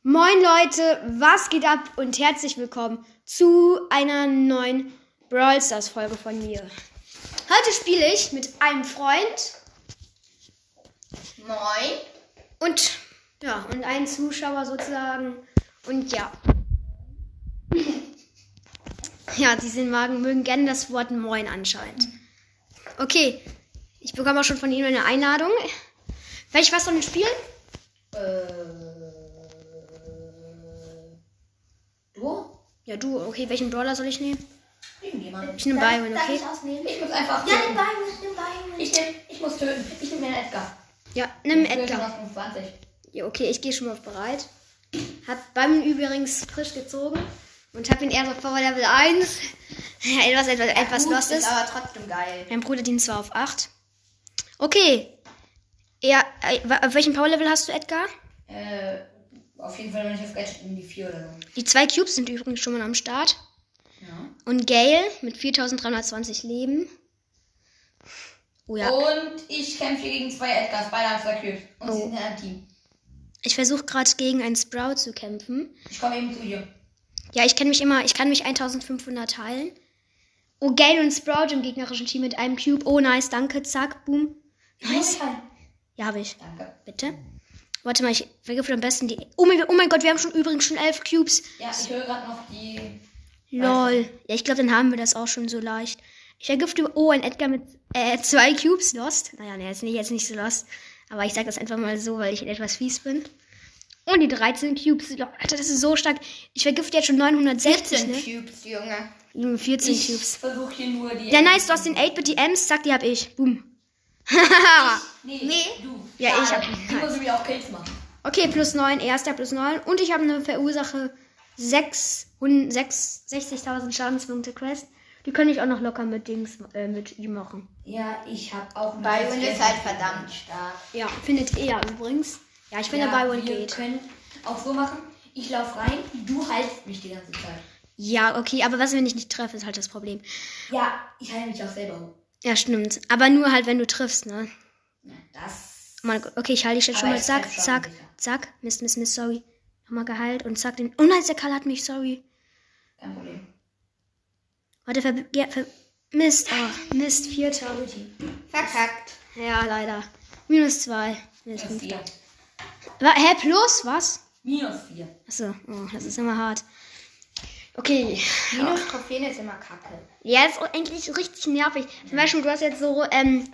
Moin Leute, was geht ab und herzlich willkommen zu einer neuen Brawl Stars Folge von mir. Heute spiele ich mit einem Freund. Moin. Und einem Zuschauer sozusagen. Und ja. Ja, diese Magen mögen gerne das Wort Moin anscheinend. Okay, ich bekomme auch schon von Ihnen eine Einladung. Was sollen wir spielen? Du? Ja, du. Okay, welchen Brawler soll ich nehmen? Irgendjemand. Ich nehme Byron, okay? Ich muss einfach Ja, töten. nimm Byron. Ich muss töten. Ich nehme mir einen Edgar. Ja, nimm Ich will schon Edgar. auf 25. Ja, okay, ich gehe schon mal bereit. Hab Byron übrigens frisch gezogen und hab ihn eher so Power Level 1. Ja, etwas Gut, lost ist. aber trotzdem geil. Mein Bruder dient zwar auf 8. Okay. Ja, auf welchem Power Level hast du, Edgar? Auf jeden Fall, wenn ich auf Gadget in die 4 oder so. Die 2 Cubes sind übrigens schon mal am Start. Ja. Und Gale mit 4320 Leben. Oh ja. Und ich kämpfe hier gegen 2 Edgars. Beide haben 2 Cubes. Und sie sind in einem Team. Ich versuche gerade gegen einen Sprout zu kämpfen. Ich komme eben zu dir. Ja, ich kann mich 1500 heilen. Oh, Gale und Sprout im gegnerischen Team mit einem Cube. Oh, nice, danke, zack, boom. Nice. Ja, habe ich. Danke. Bitte. Warte mal, ich vergifte am besten die... Oh mein Gott, wir haben übrigens schon 11 Cubes. Ja, ich höre gerade noch die... Lol. Ja, ich glaube, dann haben wir das auch schon so leicht. Ich vergifte... Oh, ein Edgar mit 2 Cubes. Lost. Naja, ne, jetzt nicht so lost. Aber ich sage das einfach mal so, weil ich etwas fies bin. Und die 13 Cubes. Alter, das ist so stark. Ich vergifte jetzt schon 960, 14 ne? Cubes, Junge. 14 Ich Cubes. versuche hier nur die... Ja, nice, du hast den 8-Bit, die Ems. Zack, die hab ich. Boom. Nee, du. Ja, Schade. ich hab... Ich muss wieder auch Kills machen. Okay, plus 9, erster plus 9. Und ich habe eine Verursache 60.000 Schadenspunkte Quest. Die kann ich auch noch locker mit mit ihm machen. Ja, ich habe auch... Byron ist halt verdammt stark. Ja, findet er übrigens. Ja, ich finde, Byron wir geht. können auch so machen, ich laufe rein, du haltst mich die ganze Zeit. Ja, okay, aber was, wenn ich nicht treffe, ist halt das Problem. Ja, ich halte mich auch selber hoch. Ja, stimmt. Aber nur halt, wenn du triffst, ne? Ja, das... Mann, okay, ich halte dich jetzt schon Aber mal. ich Zack, treff schon zack, sicher. zack. Mist, sorry. Nochmal geheilt und zack, den... Oh nein, der Karl hat mich, sorry. Kein Problem. Warte, Mist, Mist, vierter. Verkackt. Ja, leider. Minus 2. Mist, Minus 4. Hä, plus? Was? Minus 4. Achso, oh, das ist immer hart. Okay. Minus Trophäen ist immer kacke. Ja, ist eigentlich richtig nervig. Zum Beispiel, du hast jetzt so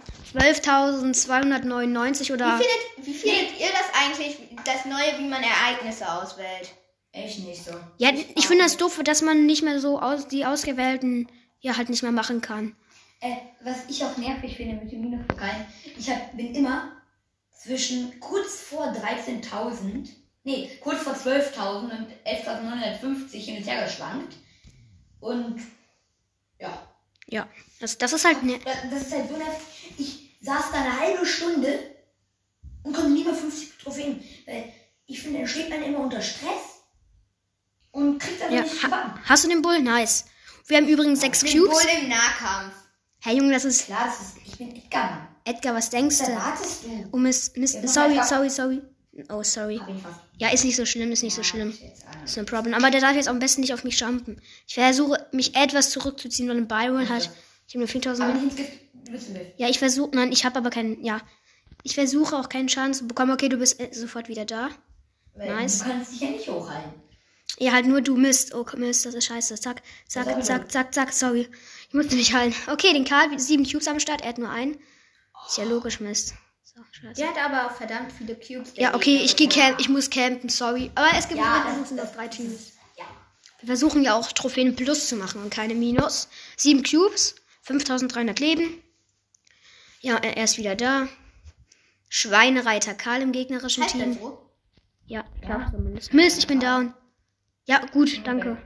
12.299 oder... Wie findet ihr das eigentlich, das Neue, wie man Ereignisse auswählt? Echt nicht so. Ja, ich finde das doof, dass man nicht mehr so die ausgewählten halt nicht mehr machen kann. Was ich auch nervig finde mit dem Minuspokalen, bin immer zwischen kurz vor 13.000, kurz vor 12.000 und 11.950 hin und her geschwankt. Und ja. Ja, das ist halt... Das ist halt so nervig. Ich saß da eine halbe Stunde und konnte nie mehr 50 Trophäen. Weil ich finde, dann steht man immer unter Stress und kriegt einfach Ja, nicht gebacken. hast du den Bull? Nice. Wir haben übrigens 6 Den Cubes. Bull im Nahkampf. Hey Junge, das ist... Klar, ich bin Edgar, Mann. Edgar, was denkst Was du? erwartest du? Oh Mist. Ja, Sorry. Oh, Hab sorry. ihn fast. Ja, ist nicht so schlimm. Ist jetzt einer. Ist ein Problem. Aber der darf jetzt am besten nicht auf mich jumpen. Ich versuche, mich etwas zurückzuziehen, weil ein Byron hat... Ich habe nur 4.000... Aber nicht ins Gift. Du bist im Bild. Ja, ich versuche... Nein, ich habe aber keinen... Ja. Ich versuche auch keinen Schaden zu bekommen. Okay, du bist sofort wieder da. Weil Nice. Du kannst dich ja nicht hochhalten. Ja, halt nur du Mist. Oh, Mist, das ist scheiße. Zack. Sorry. Ich musste mich heilen. Okay, den Karl, 7 Cubes am Start. Er hat nur einen. Ist ja logisch, Mist. So, scheiße. Der hat aber auch verdammt viele Cubes. Ja, okay, ich muss campen, sorry. Aber es gibt Ja, mindestens das 3 Teams. Ja. Wir versuchen ja auch Trophäen plus zu machen und keine Minus. 7 Cubes, 5.300 Leben. Ja, er ist wieder da. Schweinereiter Karl im gegnerischen Team. Ja, klar, zumindest. Mist, ich bin down. Ja, gut, danke.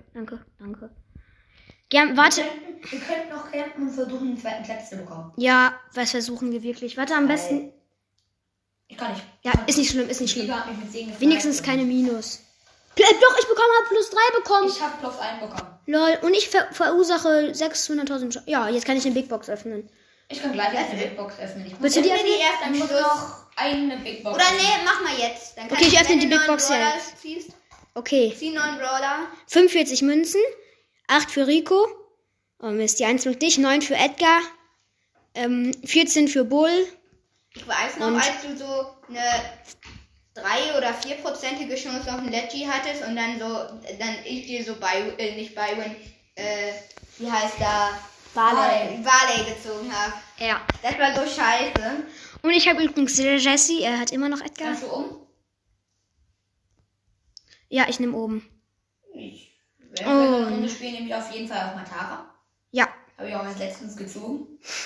Gern, warte. Wir könnten noch campen und versuchen, den zweiten Platz zu bekommen. Ja, was versuchen wir wirklich? Warte, am besten. Ich kann nicht. Ja, ist nicht schlimm. Liga hat mich mit Segen gefreut. Wenigstens keine Minus. Doch, ich habe plus 3 bekommen. Ich habe plus 1 bekommen. Lol, und ich verursache 600.000 Ja, jetzt kann ich eine Big Box öffnen. Ich kann gleich eine Big Box öffnen. Ich Willst du die Öffne öffnen? die erst am muss Schluss. noch eine Big Box Oder öffnen. nee, mach mal jetzt. Dann Okay, ich öffne wenn die du Big neuen Box Brawler jetzt. ziehst, Okay. Zieh 9 Brawler. 45 Münzen. 8 für Rico. Oh Mist, die 1 für dich. 9 für Edgar. 14 für Bull. Ich weiß noch, als du so eine 3 oder 4%ige Chance auf einen Leggy hattest und dann ich dir so nicht Byron, wie heißt da? Barley gezogen habe. Ja. Das war so scheiße. Und ich habe übrigens Jesse. Er hat immer noch Edgar. Kannst du um? Ja, ich nehme oben. Ich werde eine Runde spielen, nämlich auf jeden Fall auch mal Tara. Ja. Habe ich auch erst letztens gezogen.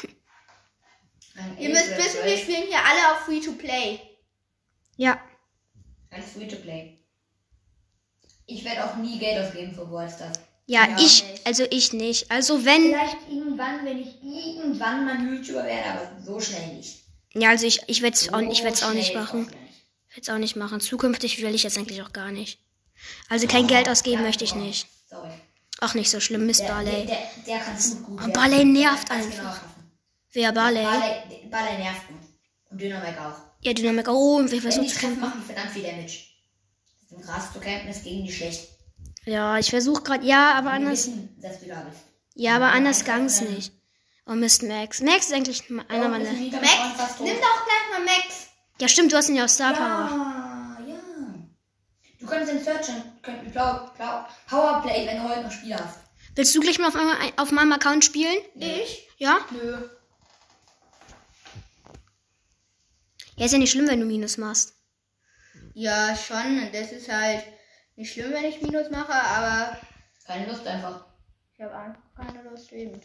Ihr müsst wissen, wir spielen hier alle auf Free-to-Play. Ja. Alles Free-to-Play. Ich werde auch nie Geld ausgeben für Ballstars. Ja, Ja, ich nicht. nicht. Also wenn... Vielleicht irgendwann, wenn ich irgendwann mal YouTuber werde, aber so schnell nicht. Ja, also ich werde es auch nicht schnell machen. auch nicht. Ich werde es auch nicht machen. Zukünftig will ich jetzt eigentlich auch gar nicht. Also kein Geld ausgeben möchte ich nicht. Sorry. Auch nicht so schlimm, Mist, Barley. Der kann gut. Oh, Barley nervt Der kann einfach. genau schaffen. Wer, Barley? Barley nervt gut. Und Dynamik auch. Ja, Dynamik. Oh, und wir Wenn versuchen die zu treffen, kämpfen. machen die verdammt viel Damage. Im Gras zu campen ist gegen die schlecht. Ja, ich versuche gerade... Ja, aber Wir anders... wissen, dass du da bist. Ja, aber anders gang's nicht. Oh Mist, Max. Max ist eigentlich einer meiner... Max, nimm doch gleich mal Max. Ja, stimmt, du hast ihn ja auf Star Power. Ja. Du könntest den Searchen, Powerplay, wenn du heute noch Spiele hast. Willst du gleich mal auf meinem Account spielen? Ich? Ja? Nö. Ja, ist ja nicht schlimm, wenn du Minus machst. Ja, schon. Das ist halt nicht schlimm, wenn ich Minus mache, aber Keine Lust einfach. ich habe einfach keine Lust eben.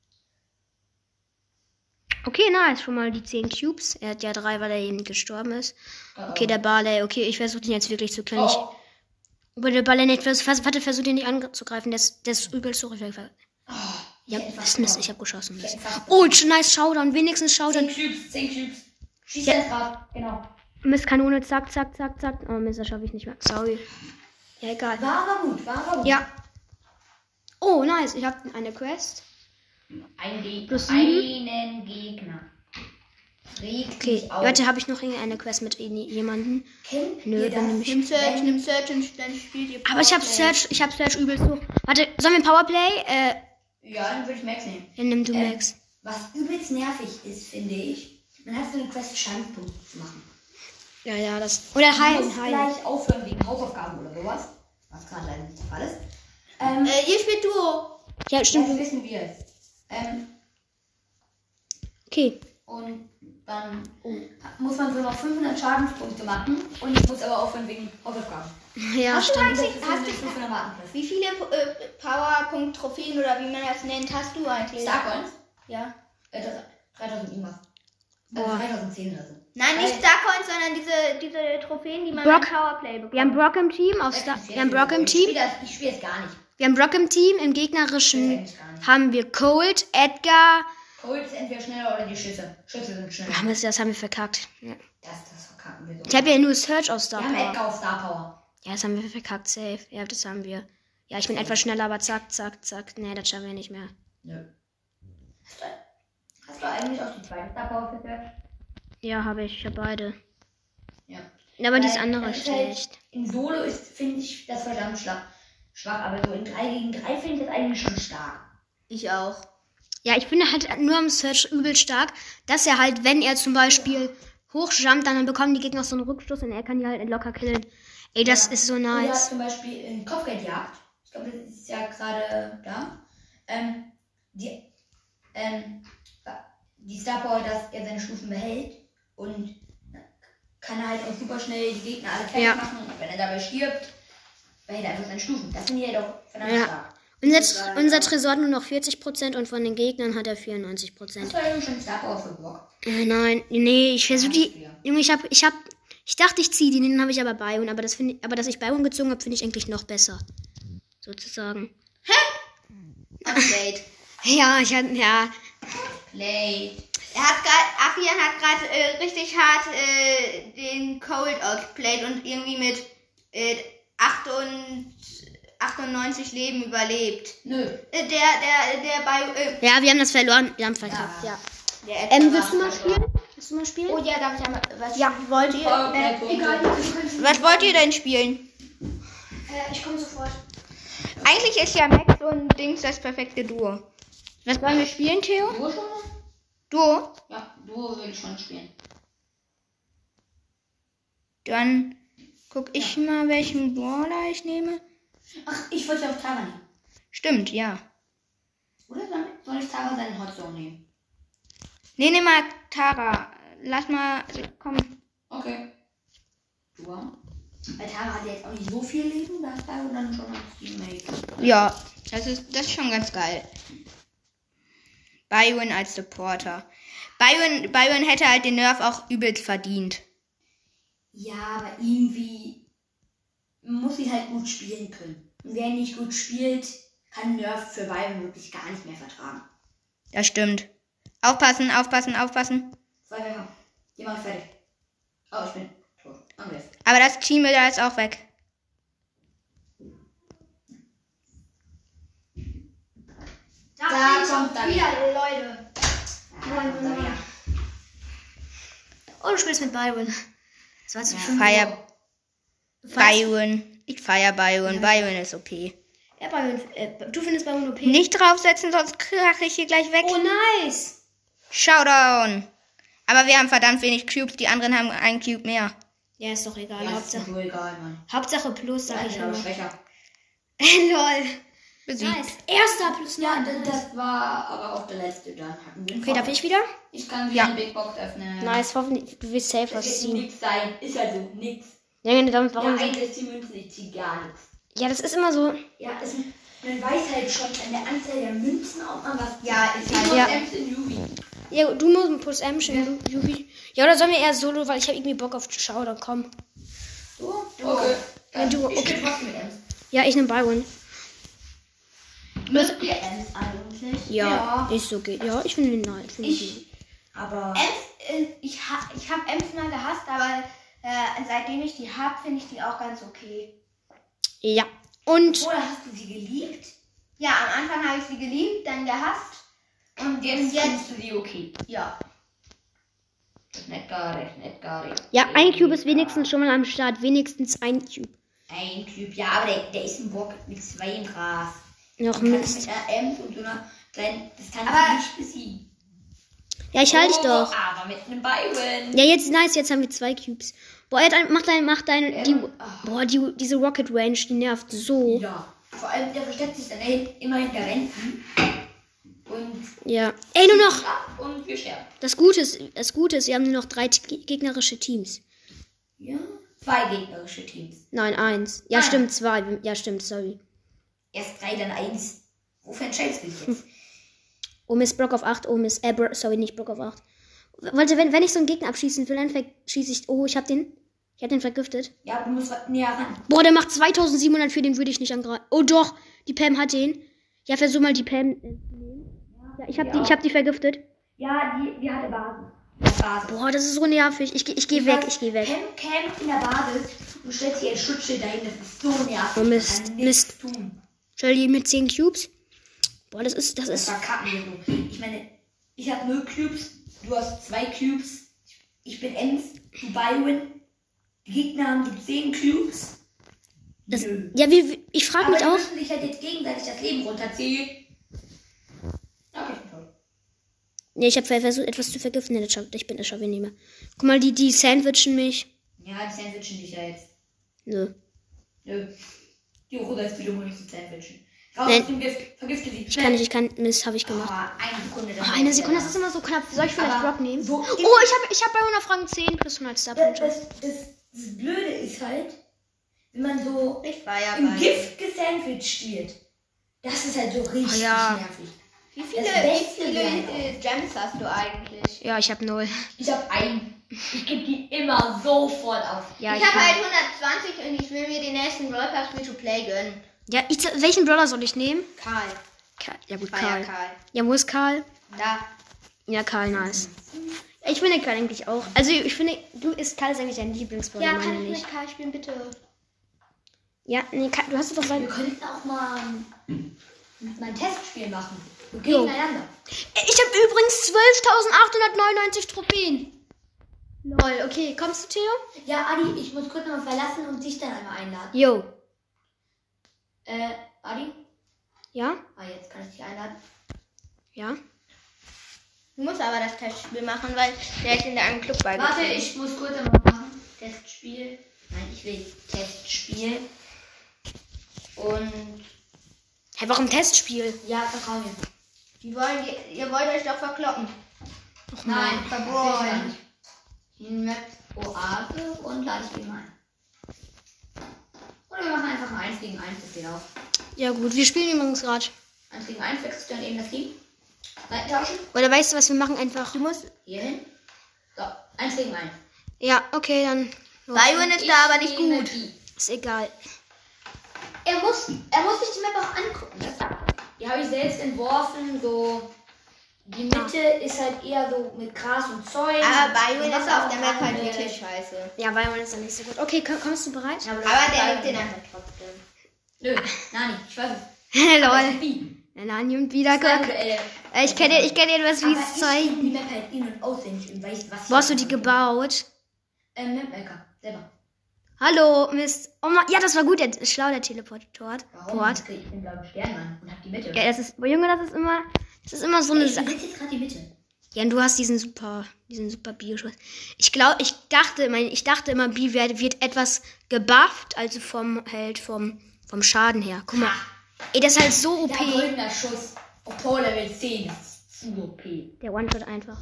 Okay, nice. Schon mal die 10 Cubes. Er hat ja 3, weil er eben gestorben ist. Okay, der Barley. Okay, ich versuche den jetzt wirklich zu killen. Oh. Aber der Barley nicht... Versuch den nicht anzugreifen. Der ist übelst hoch. Ja, Mist. Ich habe geschossen. Mist. Oh, nice Showdown. Wenigstens Showdown. 10 Cubes. Schieß Ja. jetzt drauf. Genau. Mist, Kanone. Zack, zack, zack, zack. Oh, Mist, das schaffe ich nicht mehr. Sorry. Ja, egal. War aber gut. Ja. Oh, nice. Ich habe eine Quest. Ein Gegner. Plus 7. Einen Gegner. Regt Okay, dich auf. warte, habe ich noch irgendeine Quest mit jemandem? Kennt Nö, ihr dann das? nehme ich... Nimm Search und dann spielt ihr Aber ich habe Search übelst hoch. Warte, sollen wir Powerplay? Ja, dann würde ich Max nehmen. Dann nimm du Max. Was übelst nervig ist, finde ich, man hat so eine Quest, Scheinpunkte zu machen. Ja, das... Oder Du heilen. musst gleich aufhören wegen Hausaufgaben oder sowas. Was gerade leider nicht der Fall ist. Ihr spielt Duo. Ja, stimmt. Das wissen wir jetzt. Okay. Und dann muss man so noch 500 Schadenspunkte machen. Und ich muss aber aufhören wegen Hausaufgaben. Ja, Hast du stimmt. eigentlich, Hast du 500 Markenplätze? wie viele Powerpunkt-Trophäen oder wie man das nennt, hast du eigentlich? Starcoins? Ja. 3000 irgendwas. Boah. 3010 oder so. Nein, nicht Starcoins, sondern diese Trophäen, die man Brock. beim Powerplay bekommt. Wir haben Brock im Team. Wir haben Brock im Team. Ich spiele es gar nicht. Wir haben Brock im Team. Im gegnerischen haben wir Colt, Edgar. Colt ist entweder schneller oder die Schüsse. Schüsse sind schneller. Ach Mist, das haben wir verkackt. Ja. Das verkacken wir so. Ich habe ja nur Search aus Star Wir haben Power. Edgar auf Star Power. Ja, das haben wir verkackt, safe. Ja, das haben wir. Ja, ich bin etwas schneller, aber zack, zack, zack. Nee, das schaffen wir nicht mehr. Nö. Hast du eigentlich auch die zweite Star Power für Search? Ja, habe ich. Ich habe beide. Ja. Aber das Weil andere es ist halt- schlecht. In Solo ist, finde ich, das verdammt schwach. Aber so in 3 gegen 3 finde ich das eigentlich schon stark. Ich auch. Ja, ich finde halt nur am Search übel stark, dass er halt, wenn er zum Beispiel hochjumpt, dann bekommen die Gegner so einen Rückstoß und er kann die halt locker killen. Ey, das ist so Oder nice. zum Beispiel in Kopfgeldjagd. Ich glaube, das ist ja gerade da. Die Star Power, dass er seine Stufen behält und kann er halt auch super schnell die Gegner alle fertig Ja. machen. Und wenn er dabei stirbt, behält er einfach seine Stufen. Das finde ich ja doch verdammt Ja. stark. Unser Tresor hat nur noch 40% und von den Gegnern hat er 94%. Hast du eigentlich schon Star Power für Block? Nein, nee, ich versuche die. Ja. Junge, ich dachte, ich ziehe die, den habe ich aber Byron. Aber dass ich Byron gezogen habe, finde ich eigentlich noch besser. Sozusagen. Update. Ja. Play. Achian hat gerade richtig hart den Cold outplayed und irgendwie mit 98 Leben überlebt. Nö. Der bei Ja, wir haben das verloren. Wir haben verkackt, ja. der Edgar Willst du war mal verloren. spielen? Willst du mal spielen? Oh ja, darf ich einmal. Was Ja. wollt ihr? Powerplay-Punkte. Was wollt ihr denn spielen? Ich komme sofort. Eigentlich ist ja Max und Dings das perfekte Duo. Was wollen wir spielen, Theo? Duo schon? Duo? Ja, Duo will ich schon spielen. Dann guck ich mal, welchen Brawler ich nehme. Ach, ich wollte auch Tara nehmen. Stimmt, ja. Oder soll ich Tara seinen Hotzone nehmen? Nee, nimm mal Tara. Lass mal, komm. Okay. Duo. Weil Tara hat jetzt auch nicht so viel Leben, das war dann schon als Teammate. Ja, das ist schon ganz geil. Byron als Supporter. Byron hätte halt den Nerf auch übelst verdient. Ja, aber irgendwie muss sie halt gut spielen können. Und wer nicht gut spielt, kann Nerf für Byron wirklich gar nicht mehr vertragen. Das stimmt. Aufpassen, aufpassen, aufpassen. 2 Werfer. Jemand fertig. Oh, ich bin tot. Angriff. Aber das Team da ist auch weg. Da kommt dann wieder, Leute. Ja. Oh, du spielst mit Byron. Das war zu Ja. viel. Byron. Ich feier Byron. Byron ist okay. Ja, Byron. Du findest Byron OP? Nicht draufsetzen, sonst krache ich hier gleich weg. Oh, nice. Showdown. Aber wir haben verdammt wenig Cubes. Die anderen haben einen Cube mehr. Ja, ist doch egal. Ja, ist Hauptsache, so egal, Mann. Hauptsache Plus, sag ich Ich aber immer. schwächer. Lol. Besiegt. Nice. Erster Plus Ja, 9. das war aber auch der letzte dann. Hatten wir einen Okay, darf ich wieder? Ich kann wieder Ja. eine Big Box öffnen. Nice, hoffentlich. Du willst safe Es was wird ziehen. nichts sein. Ist halt so, nix. Ja, damit, warum? Ja, eigentlich ist die Münze, ich zieh gar nichts. Ja, das ist immer so. Ja, man weiß halt schon an der Anzahl der Münzen, ob man was. Ja, ist halt- Ja. Ems in Yubi. Ja, du musst ein Plus M schicken, Jubi. Ja, oder sollen wir eher Solo, weil ich habe irgendwie Bock auf Showdown, komm. Du? Okay. Ja, du, Ich okay. spiel trotzdem mit Ems. Ja, ich nehme Byron. Mögt ihr Ems eigentlich? Ja, ist so geht. Ja, ich finde ihn nice. Aber. Ich hab Ems mal gehasst, aber seitdem ich die hab, finde ich die auch ganz okay. Ja. Und Oder hast du sie geliebt? Ja, am Anfang habe ich sie geliebt, dann gehasst. Und jetzt findest du sie okay. Ja. Das ist nicht gar nicht. ja, ein Cube ist wenigstens schon mal am Start. Wenigstens ein Cube. Ein Typ, ja, aber der ist ein Bock mit 2 im Gras. Noch Mit Mist. einer Ems und so einer kleinen Distanz Aber- nicht besiegen. Ja, ich halte dich doch. Aber mit einem Byron. Ja, jetzt nice, jetzt haben wir 2 Cubes. Boah, mach deine, diese Rocket Range, die nervt so. Ja. Vor allem, der versteckt sich dann immer hinter Wänden. Und Ja. Ey, nur noch. ab und wir sterben. Das Gute ist, wir haben nur noch 3 gegnerische Teams. Ja. 2 gegnerische Teams. Nein, 1. Ja, Ah. stimmt, 2. Ja, stimmt, sorry. Erst 3, dann 1. Wofür entscheidest du dich jetzt? Oh Mist, Block auf 8. Oh Mist, sorry, nicht Block auf 8. Wollte, wenn ich so einen Gegner abschießen will, dann schieße ich. Oh, ich hab den vergiftet. Ja, du musst näher ran. Boah, der macht 2700 für den würde ich nicht angreifen. Oh doch, die Pam hat den. Ja, versuch mal die Pam zu nehmen. Ja, ich hab die vergiftet. Ja, die hatte Basis. Boah, das ist so nervig. Ich geh weg. Pam campt in der Basis und stellt sich ein Schutzschild dahin. Das ist so nervig. Oh, Mist, Man kann nichts tun. Shelly mit 10 Cubes. Boah, das ist. Das verkacken wir so. Ich meine, ich habe 0 Cubes, du hast 2 Cubes. Ich bin Ems, du Byron. Die Gegner haben die 10 Cubes. Nö. Ja, ich frage Aber mich die auch. müssen sich halt jetzt gegenseitig das Leben runterziehen. Okay, ich bin tot. Nee, ich habe versucht, etwas zu vergiften. Nee, ich bin das schaffe ich nicht mehr. Guck mal, die sandwichen mich. Ja, die sandwichen dich ja jetzt. Nö. Nö. Die Rosa ist wieder nicht zu sandwichen. Raus Nein. aus dem Gift, vergifte sie. Ich kann, Mist, habe ich gemacht. Eine Sekunde. Oh, eine Sekunde, das ist immer so knapp. Soll ich vielleicht Aber Brock nehmen? so Oh, ich hab bei 100 Franken 10 plus 100 Star-Punkte. Das Blöde ist halt, wenn man so Ich war ja im bei. Gift gesandwiched wird. Das ist halt so richtig ja. nervig. Wie viele, Das Beste Gems hast du eigentlich? Ja, ich habe 0. Ich habe einen. Ich gebe die immer sofort auf. Ja, ich habe halt 120 und ich will mir den nächsten Brawl Pass Free-to-Play gönnen. Ja, welchen Brawler soll ich nehmen? Karl. Ja gut, Ich war ja Karl. Karl. Ja, wo ist Karl? Da. Ja, Karl, nice. Ich finde Karl eigentlich auch. Also ich finde, Karl ist eigentlich dein Lieblingsbrawler, Ja, meine kann ich nicht. mit Karl spielen, bitte? Ja, nee, Karl, du hast es doch Wir sein. könnten auch mal ein Testspiel machen. Jo. Gegeneinander. Ich habe übrigens 12.899 Trophäen. Lol, okay, kommst du, Theo? Ja, Adi, ich muss kurz noch mal verlassen und dich dann einmal einladen. Jo. Adi? Ja? Jetzt kann ich dich einladen. Ja? Du musst aber das Testspiel machen, weil der ist in deinem Club beigetreten. Warte, ich muss kurz einmal machen. Testspiel. Nein, ich will Testspiel. Und Hä, warum Testspiel? ja, vertrau mir. Ihr wollt euch doch verkloppen. Nein, verboten. Map Oase und lade ich ihn ein. Oder wir machen einfach ein 1 gegen 1, das geht auch. Ja gut, wir spielen übrigens gerade. 1 gegen 1 wechselst du dann eben das Team. Seiten tauschen. Oder weißt du was, wir machen einfach... Du musst. Hier hin. So, 1 gegen 1. Ja, okay, dann... Byron ist da aber nicht gut. Ist egal. Er muss sich die Map auch angucken. Die habe ich selbst entworfen, so... Die Mitte ist halt eher so mit Gras und Zäunen. Aber Byron Und ist auf der Map halt Wasser- wirklich scheiße. Ja, Byron ist dann nicht so gut. Okay, kommst du bereit? Ja, Aber der liebt den dann. einfach trotzdem. Nö, Nani, ich weiß es. Lol. Wie? Der Nani und wieder Zwei guck. Duelle. Ich kann dir etwas Aber Fieses ich zeigen. kenn die Map halt in- und auswendig und weiß, was Wo hast du ich die mache. gebaut? Mapmaker, selber. Hallo, Mist. Oh Mann, ja, das war gut, der ist schlau, der Teleportort. Warum? Port. Okay, ich bin blauen Stern, Mann, und hab die Mitte. Ja, das ist, oh Junge, das ist immer so eine Ich Sache. besitze jetzt gerade die Mitte. Ja, und du hast diesen super Bioschuss. Ich dachte immer, B wird etwas gebufft, also vom Schaden her. Guck mal. Ey, das ist halt so OP. Der goldener Schuss. Obwohl Level 10, das ist zu OP. Der One-Shot einfach.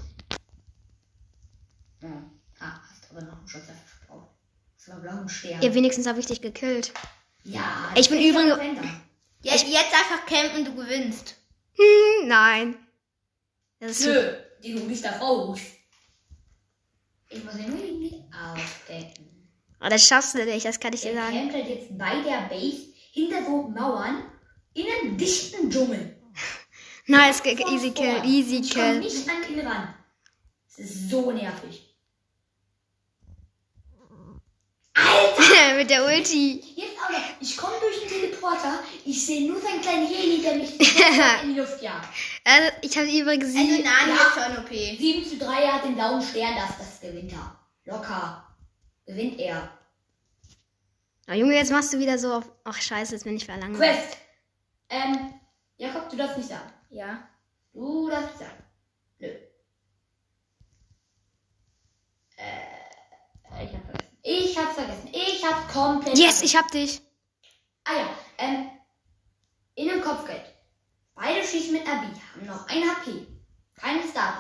Ja. Hast aber noch einen Schuss dafür verbraucht. Das war blauen Stern. Ja, wenigstens habe ich dich gekillt. Ja. Ich bin übrigens... Jetzt einfach campen, du gewinnst. Nein. Das ist Nö, die du bist da raus. Ich muss ja nur irgendwie aufdecken. Oh, das schaffst du nicht, das kann ich dir Der sagen. campt halt jetzt bei der Base hinter so Mauern in einem dichten Dschungel. Nice, Voll easy vor. kill, easy Ich komm kill. nicht an ihn ran. Es ist so nervig. Mit der Ulti. Jetzt aber, ich komme durch den Teleporter, ich sehe nur seinen kleinen Heli, der mich in die Luft jagt. Also, ich habe übrigens Also sie. Nani Ja. ist schon OP. 7:3, er hat den blauen Stern, das gewinnt er. Locker. Gewinnt er. Oh, Junge, jetzt machst du wieder so auf. Ach, scheiße, jetzt bin ich verlangt. Quest. Jakob, du darfst nicht sagen. Ja. Du darfst nicht sagen. Nö. Ich hab's vergessen. Ich hab's komplett Yes, vergessen. ich hab dich. Ah ja, in einem Kopfgeld. Beide schießen mit einer B, haben noch 1 HP. Keine Star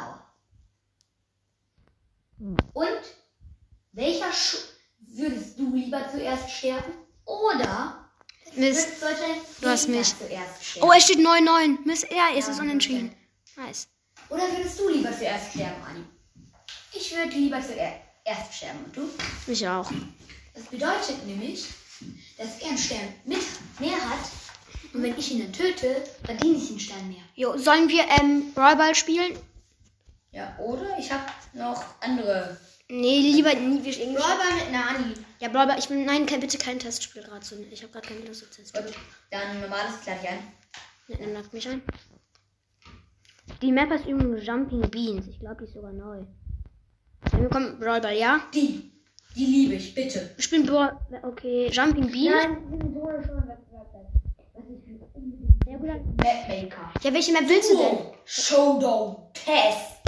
Power. Und welcher würdest du lieber zuerst sterben? Oder Mist. sollte dein Du hast Gegner mich. zuerst sterben? Oh, es steht 9-9. Mist, ja, es Ja, ist unentschieden. Nice. Oder würdest du lieber zuerst sterben, Anni? Ich würde lieber zuerst sterben. Und du? Ich auch. Das bedeutet nämlich, dass er einen Stern mehr hat. Und wenn ich ihn dann töte, verdiene ich einen Stern mehr. Jo, sollen wir Brawlball spielen? Ja, oder ich habe noch andere. Nee, lieber nie. Wir irgendwie. Brawlball mit Nani. Ja, Brawlball, nein, bitte kein Testspiel gerade so. Ich habe gerade keine Lust auf Testspiel. Gut, dann normales gleich an. Ja, dann lagt mich ein. Die Map heißt übrigens Jumping Beans. Ich glaube, die ist sogar neu. Dann bekommen Brawlball, ja? Die liebe ich, bitte. Wir spielen okay, Jumping Beans. die sind wohl schon weg. Ja, gut, dann. Mapmaker. Ja, welche Map willst du denn? Showdown Test.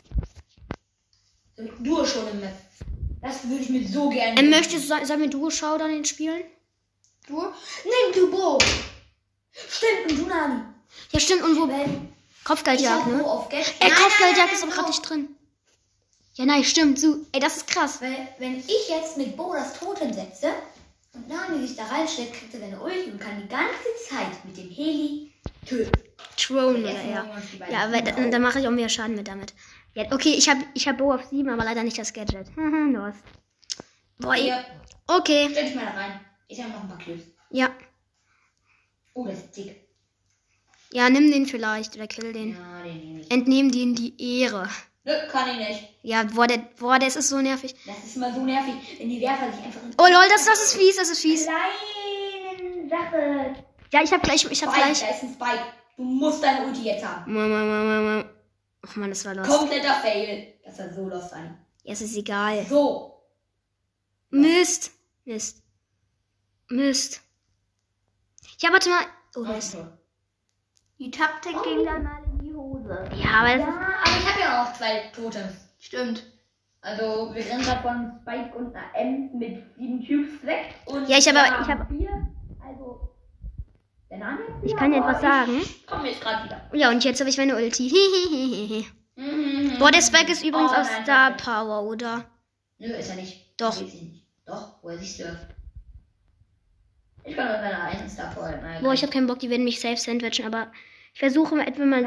Du schon im Map. Das würde ich mir so gerne. Sollen wir Duo-Schau dann den spielen? Du? Nimm du Bo. Stimmt, und du Nani. Ja, stimmt. Und wo? Wenn Kopfgeldjagd, ich ne? Bo auf Geld. Kopfgeldjagd ist nein, aber gerade Bo. nicht drin. Ja, nein, stimmt. So, ey, das ist krass. Weil, wenn ich jetzt mit Bo das Totem setze und Nani sich da reinstellt, kriegt er seine Ulti und kann die ganze Zeit mit dem Heli töten. Thrown oder Erstmal ja. holen wir uns die beiden Ja, weil Kinder dann mache ich auch mehr Schaden mit damit. Ja, okay, ich hab Bo auf 7, aber leider nicht das Gadget. Los. Boah, Hier, okay. stell dich mal da rein. Ich habe noch ein paar Clues. Ja. Oh, das ist dick. Ja, nimm den vielleicht oder kill den. Ja, den nehme ich. Entnehmen den die Ehre. Nö, kann ich nicht. Ja, das ist so nervig. Das ist immer so nervig, wenn die Werfer sich einfach in Oh lol, das ist fies. kleinen Sache. Ja, ich hab gleich. Da ist ein Spike. Du musst deine Ulti jetzt haben. Mama. Oh Mann, das war lost. Kompletter Fail. Das war so lost an. Ja, es ist egal. So. Mist. Ja, warte mal. Oh, Mist. Die Taktik ging dann mal in die Hose. Ja, aber das Ja, aber ich habe ja auch 2 Totems. Stimmt. Also, wir rennen da von Spike und einer M mit 7 Cubes weg. Und Ja, ich wir habe- haben 4. Also, der Name jetzt Ich kann dir etwas sagen. Komm jetzt gerade wieder. Ja, und jetzt habe ich meine Ulti. Boah, der Spike ist übrigens Oh, aus nein, Star perfekt. Power, oder? Nö, ist er nicht. Doch. Ist sie nicht. Doch, woher siehst du das? Ich kann mit meiner eigenen Star Power. Nein, Boah, ich habe keinen Bock, die werden mich safe sandwichen, aber ich versuche etwa mal...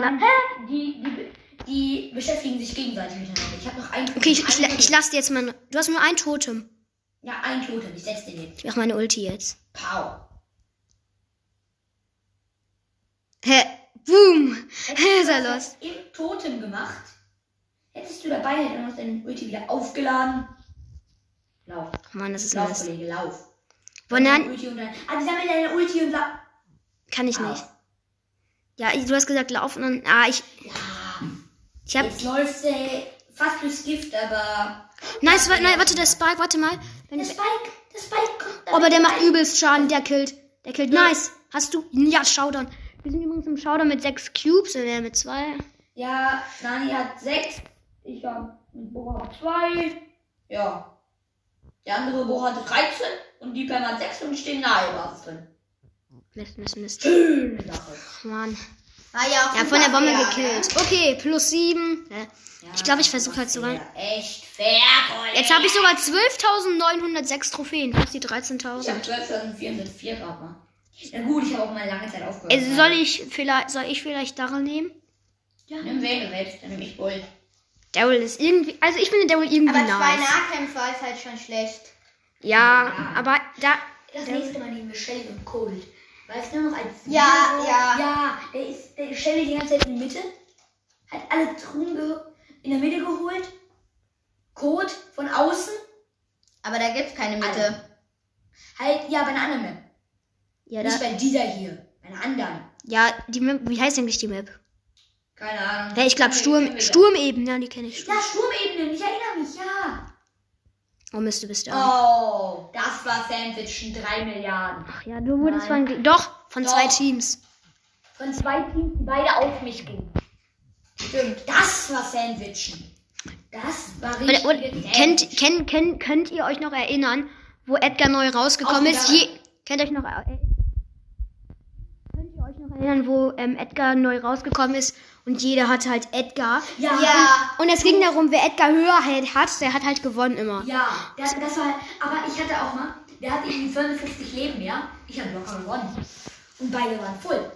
Die beschäftigen sich gegenseitig miteinander. Ich habe noch einen. Okay, ich lasse dir jetzt mal... Du hast nur ein Totem. Ja, ein Totem. Ich setze den jetzt. Ich mache meine Ulti jetzt. Pow. Hä? Boom! Ist er los. Im Totem gemacht. Hättest du dabei, hätte noch deine Ulti wieder aufgeladen. Lauf. Ach Mann, das ist Lauf, Mist. Kollege, lauf. Boah, nein, Ulti und dann. Ah, die sammeln deine Ulti und la. kann ich Au. nicht. Ja, du hast gesagt laufen und... ich Ja. hab... Jetzt läuft fast durchs Gift, aber. Nice, warte, der Spike, warte mal. Der Spike kommt. Aber der macht übelst Schaden, der killt. Nice. Hast du? Ja, Showdown. Wir sind übrigens im Showdown mit 6 Cubes und er mit 2. Ja, Nani hat 6. Ich habe mit Bora 2. Ja. Der andere Bora hat 13 und die Pam hat 6 und die stehen nahe Basis drin. Mist. Schöne Sache. Ach, Mann. War ja auch Ja, von der Bombe fair, gekillt. Okay, plus 7. Ja, Ich glaube, ich versuche halt sogar... Echt fair, Kollege. Jetzt habe ich sogar 12.906 Trophäen. Plus die Ich habe 13.000. 12.404 gerade mal. Na gut, ich habe auch mal lange Zeit aufgehört. Also soll ich vielleicht Daryl nehmen? Ja. Nimm wen du willst, dann nehme ich Bull. Daryl ist irgendwie... Also ich finde Daryl irgendwie Aber 2 nice. Nahkämpfer ist halt schon schlecht. Ja, aber da... Das nächste Mal nehmen wir Shelly und Cold. Weißt du noch, als Ja, wir ja. Ja, der Shelly die ganze Zeit in der Mitte. Hat alle Truhen in der Mitte geholt. Code von außen. Aber da gibt's keine Mitte. Halt, ja, bei einer anderen Map. Ja, Nicht bei dieser hier. Bei einer anderen. ja, die Map... Wie heißt eigentlich die Map? Keine Ahnung. Ja, ich glaube Sturmebene, ja, die kenne ich. Ja, Sturmebene, ich erinnere mich, ja. Oh Mist, du bist da. Oh, das war Sandwichen 3 Milliarden. Ach ja, du wurdest von Doch. 2 Teams. Von 2 Teams, die beide auf mich gingen. Stimmt, das war Sandwichen. Das war richtig. Und könnt ihr euch noch erinnern, wo Edgar neu rausgekommen ist? Könnt ihr euch noch erinnern, wo Edgar neu rausgekommen ist und jeder hatte halt Edgar? Ja. Und es ging darum, wer Edgar höher hat, der hat halt gewonnen immer. Ja, das war. Aber ich hatte auch mal. Der hat irgendwie 55 Leben mehr. Ich habe locker gewonnen. Und beide waren voll.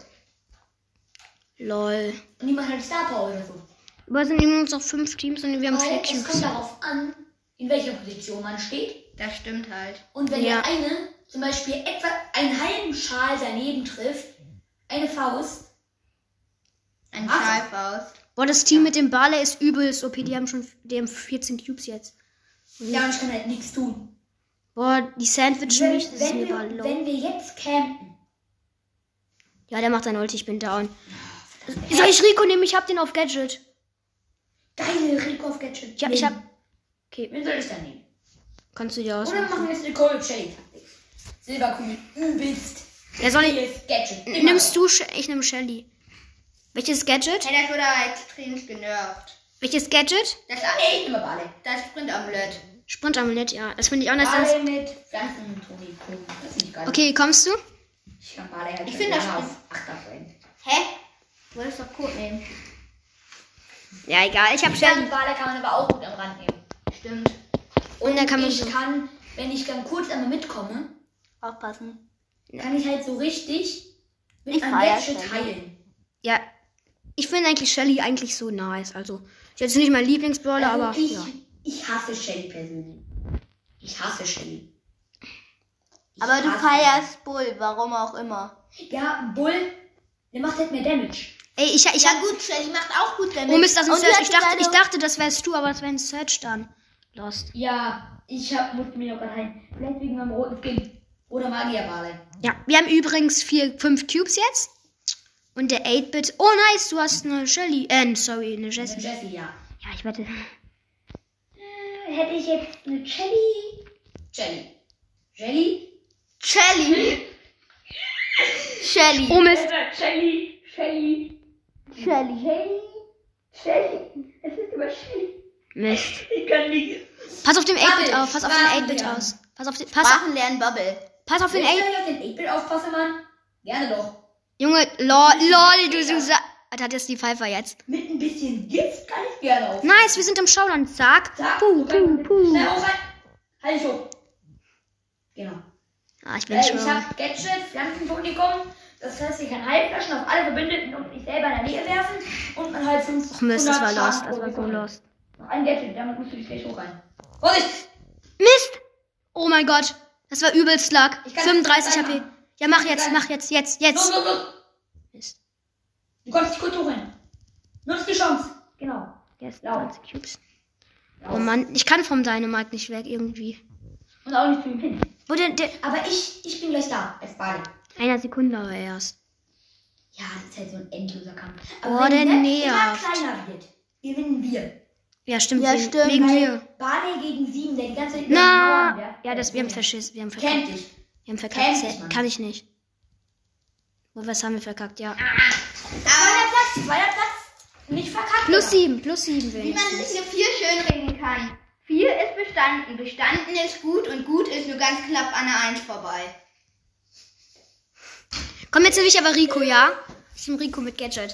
Lol. Und niemand hatte Star Power oder so. Aber es sind übrigens noch 5 Teams und wir haben 4 Weil es kommt Cubes. darauf an, in welcher Position man steht. Das stimmt halt. Und wenn Ja. der eine zum Beispiel etwa einen halben Schal daneben trifft, eine Faust. Ein Was? Schalfaust. Boah, das Team mit dem Barley ist übelst OP. Die haben 14 Cubes jetzt. Ja, und ich kann halt nichts tun. Boah, die Sandwichen mich, das ist mir überall low. Wenn wir jetzt campen. Ja, der macht sein Ulti, ich bin down. Soll ich Rico nehmen? Ich hab den auf Gadget. Geile Rico auf Gadget. Ja, ich hab... Okay, Wen soll ich dann nehmen? kannst du dir Oder aussuchen. machen wir jetzt eine Cold Shelly Taktik. Silberkugel übelst. Ja, soll ich... Geiles Gadget. Nimmst du... Ich nehme Shelly. Welches Gadget? Hey, das wurde aber extrem genervt. Welches Gadget? Ich nehme Barley. Das Sprint-Amulett. Sprintamulett, ja. Das finde ich auch nice. Barley mit Pflanzentonikum. Das finde ich geil. Okay, kommst du? Ich kann Barley halt Ich schon finde das gerne gut. auf 8 bringen. Hä? Du wolltest doch Code nehmen. Ja, egal. Ich hab Ja, Shelly. Barley kann man aber auch gut am Rand nehmen. Stimmt. Und dann kann man ich so... kann, wenn ich dann kurz einmal mitkomme, Aufpassen. kann ich halt so richtig mit Ich einem feier Gadget Shelly. heilen. Ja, ich finde eigentlich Shelly eigentlich so nice. Also, ist jetzt nicht mein Lieblingsbrawler, Also aber ja. ich hasse Shelly persönlich. Ich hasse Shelly. Ich Aber du hasse feierst Bull, warum auch immer. Shelly. Ja, Bull, der macht halt mehr Damage. Ey, ich Ja hab... gut, Shelly macht auch gut damit. Oh Mist, das ist ein Und die Search. hat Ich deine- dachte, das wärst du, aber das wäre ein Search dann. Lost. Ja, musste mich auch gerade heilen. Vielleicht wegen meinem roten Skin. Oder Magierbale. Ja, wir haben übrigens 5 Cubes jetzt. Und der 8-Bit... Oh, nice, du hast eine Shelly. Sorry, eine Jessie. Jessie, ja. Ja, ich wette... Hätte ich jetzt eine Jelly. Jelly. Shelly. Shelly. Oh Mist. Shelly. Es ist über Shelly. Mist. Ich kann nicht. Pass auf den 8-Bit Bubble. auf. Pass auf den 8-Bit aus. Pass auf den Sprachen lernen Bubble. Pass auf den Wenn 8. ich auf den 8-Bit aufpasse, Mann. Gerne doch. Junge, lol, du Susa. Da hat jetzt die Pfeifer jetzt. Mit ein bisschen Gift kann ich gerne auf. Nice, wir sind im Showdown. Zack. Zack. Puh. Schnell hoch rein. Halt dich hoch. Genau. Ah, ich bin Ich schon. habe Gadget, Pflanzenpublikum. Das heißt, ich kann Heilflaschen auf alle Verbündeten und mich selber in der Nähe werfen. Und man halt 500 Ach Mist, das war Schaden lost. pro Das war so Sekunde. lost. Noch ein Gadget, damit musst du dich gleich hoch rein. Vorsicht! Mist! Oh mein Gott. Das war übelst Luck. Ich kann 35 das HP. machen. Ja, mach Ich jetzt, kann- mach jetzt. Los. Mist. Du kannst dich kurz hochrennen. Nutz die Chance. Genau. Jetzt Lauf. 20 Cubes. Lauf. Oh Mann, ich kann vom Dynamite nicht weg irgendwie. Und auch nicht zu ihm hin. Wo denn der? Aber ich bin gleich da, als Bali. Einer Sekunde aber erst. Ja, das ist halt so ein endloser Kampf. Boah, wenn der Map immer nervt. kleiner wird, gewinnen wir. Ja, stimmt. Ja, wegen, stimmt. Wegen Weil mir. Barley gegen 7, der die ganze Zeit über die Mauern Na. werft. Ja, wir haben verschissen. Wir haben verkackt. Kennt dich. Wir haben Kennt verkackt. dich, Mann. Kann ich nicht. Und was haben wir verkackt? Ja. Zweiter Platz. Nicht verkackt. Plus 7 Wie man wenigstens. sich hier 4 schönreden kann. 4 ist bestanden. Bestanden ist gut und gut ist nur ganz knapp an der 1 vorbei. Komm, jetzt nehme ich aber Rico, ja? Ich nehme Rico mit Gadget.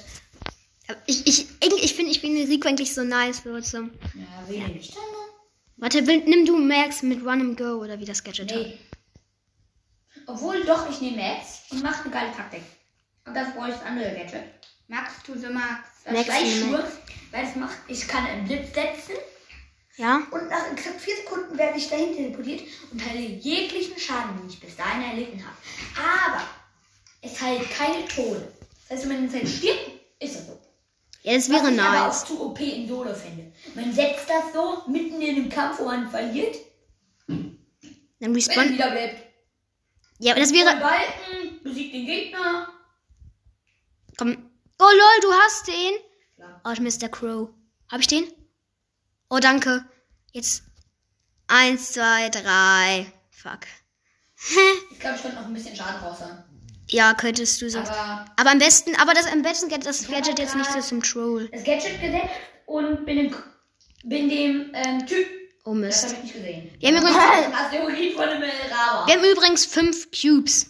Ich finde Rico eigentlich so nice für zum. Ja, wen nicht dann? Warte, nimm du Max mit Run and Go oder wie das Gadget hat. Nee. Obwohl doch, ich nehme Max und mache eine geile Taktik. Und das brauche ich das andere Gadget. Max to the Max. Das Max Schleichschuhe, Max. weil es macht, ich kann einen Blitz setzen Ja? und nach exakt 4 Sekunden werde ich dahin teleportiert und heile jeglichen Schaden, den ich bis dahin erlitten habe. Aber es heilt keine Tode. Das heißt, wenn man in Zeit stirbt, ist das so. Ja, das wäre Was ich aber nice. auch zu OP in Solo finde. Man setzt das so mitten in dem Kampf, wo man verliert, Dann wenn es respawn. wieder bleibt. Ja, aber das Von wäre. Balken, besiegt den Gegner. Komm. Oh lol, du hast den. Klar. Oh, Mr. Crow. Hab ich den? Oh, danke. Jetzt. 1, 2, 3. Fuck. Ich glaube, ich könnte noch ein bisschen Schaden raushauen. Ja, könntest du so. Aber Aber am besten geht das Gadget jetzt nicht so zum Troll. das Gadget gesetzt und bin dem Typ. Oh Das Mist. habe ich nicht gesehen. Wir haben übrigens, Ein Asteroid von einem Rava. wir haben übrigens 5 Cubes.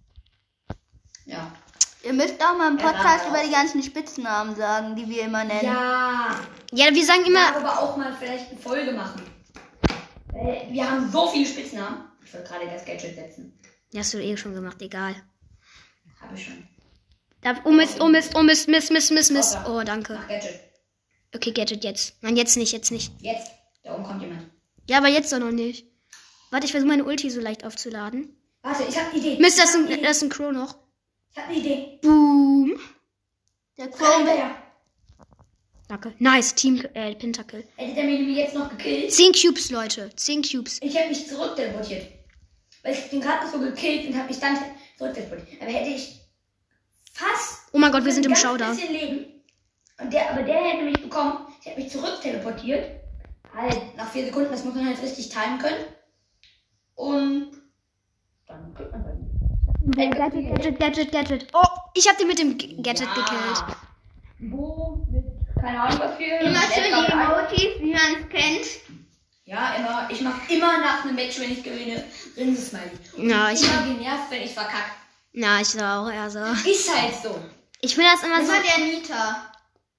Ja. Ihr müsst auch mal im Podcast Ja. über die ganzen Spitznamen sagen, die wir immer nennen. Ja. Ja, wir sagen immer. Darüber auch mal vielleicht eine Folge machen. Wir haben so viele Spitznamen. Ich wollte gerade das Gadget setzen. Ja, hast du eh schon gemacht, egal. Habe ich schon. Oh Mist. Oh, danke. Mach Gadget. Okay, Gadget jetzt. Nein, jetzt nicht. Jetzt. Da oben kommt jemand. Ja, aber jetzt doch noch nicht. Warte, ich versuche meine Ulti so leicht aufzuladen. Warte, ich habe eine Idee. Mist, das Ich hab eine Idee. ist ein Crow noch. Ich habe eine Idee. Boom. Der Komm Crow her. Danke. Nice, Team Pentakill. Hätte der mir nämlich jetzt noch gekillt. 10 Cubes, Leute. 10 Cubes. Ich habe mich zurückteleportiert. Weil ich bin gerade noch so gekillt und habe mich dann zurückteleportiert. Aber hätte ich fast Oh mein Gott, wir sind im ein ganz Showdown. bisschen Leben. Aber der hätte mich bekommen. Ich habe mich zurückteleportiert. Halt nach 4 Sekunden, das muss man halt richtig timen können. Und dann kriegt man halt. Gadget. Oh, ich hab den mit dem Gadget gekillt. Wo? Mit, keine Ahnung was für. immer schön die Emojis, wie man es kennt. Ja, immer. Ich mache immer nach einem Match, wenn ich gewinne, Rinsesmiley. Und Ja, ich bin immer genervt, wenn ich verkacke. Na, ich war auch eher so. Ist halt so. Ich finde das immer so. Immer der Nita.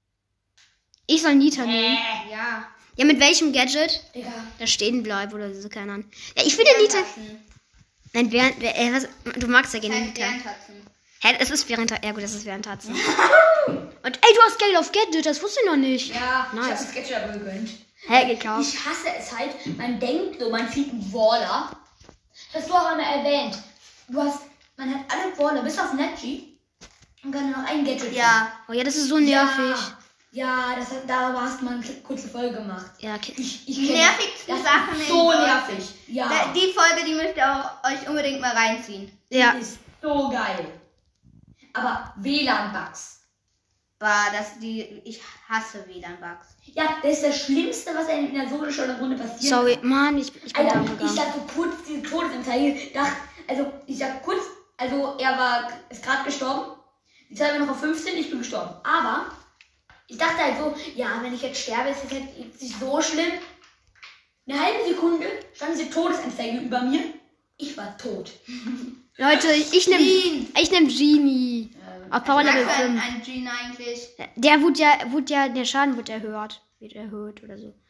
Ich soll Nita nehmen. Ja. Ja, mit welchem Gadget? Digga. Da stehen bleibt oder so, keine Ahnung. Ja, ich finde Nita. Nein, was, du magst ja gerne Nita. Hä, es ist während. Ja, gut, das ist während Tatzen. Und ey, du hast Geld auf Gadget, das wusste ich noch nicht. Ja, ich Nice. hab das Gadget aber gegönnt. Hä, gekauft. Ich hasse es halt, man denkt so, man zieht einen Waller. Das hast du auch einmal erwähnt. Man hat alle Waller, bis auf Netji. Und kann nur noch ein Gadget Ja. Oh ja, das ist so nervig. Ja, darüber hast du mal eine kurze Folge gemacht. Ja, okay. Ich Die kenn nervigsten das. Sachen ist in so Brawl. nervig. Ja, Die Folge, die müsst ihr auch euch unbedingt mal reinziehen. Ja. ist so geil. Aber WLAN-Bugs. Ich hasse WLAN-Bugs. Ja, das ist das Schlimmste, was in der Solo-Runde passiert. Sorry, Mann, ich bin Alter, down ich gegangen. sag so kurz diese Todesanzeige, ich sag kurz Also ist gerade gestorben. Die Zahl war noch auf 15, ich bin gestorben. Aber ich dachte halt so, ja, wenn ich jetzt sterbe, ist es jetzt nicht so schlimm. Eine halbe Sekunde stand diese Todesanzeige über mir. Ich war tot. Leute, ich nehm Genie. Auf Power Level Was 5. ein Gene eigentlich? Der Schaden wird erhöht oder so.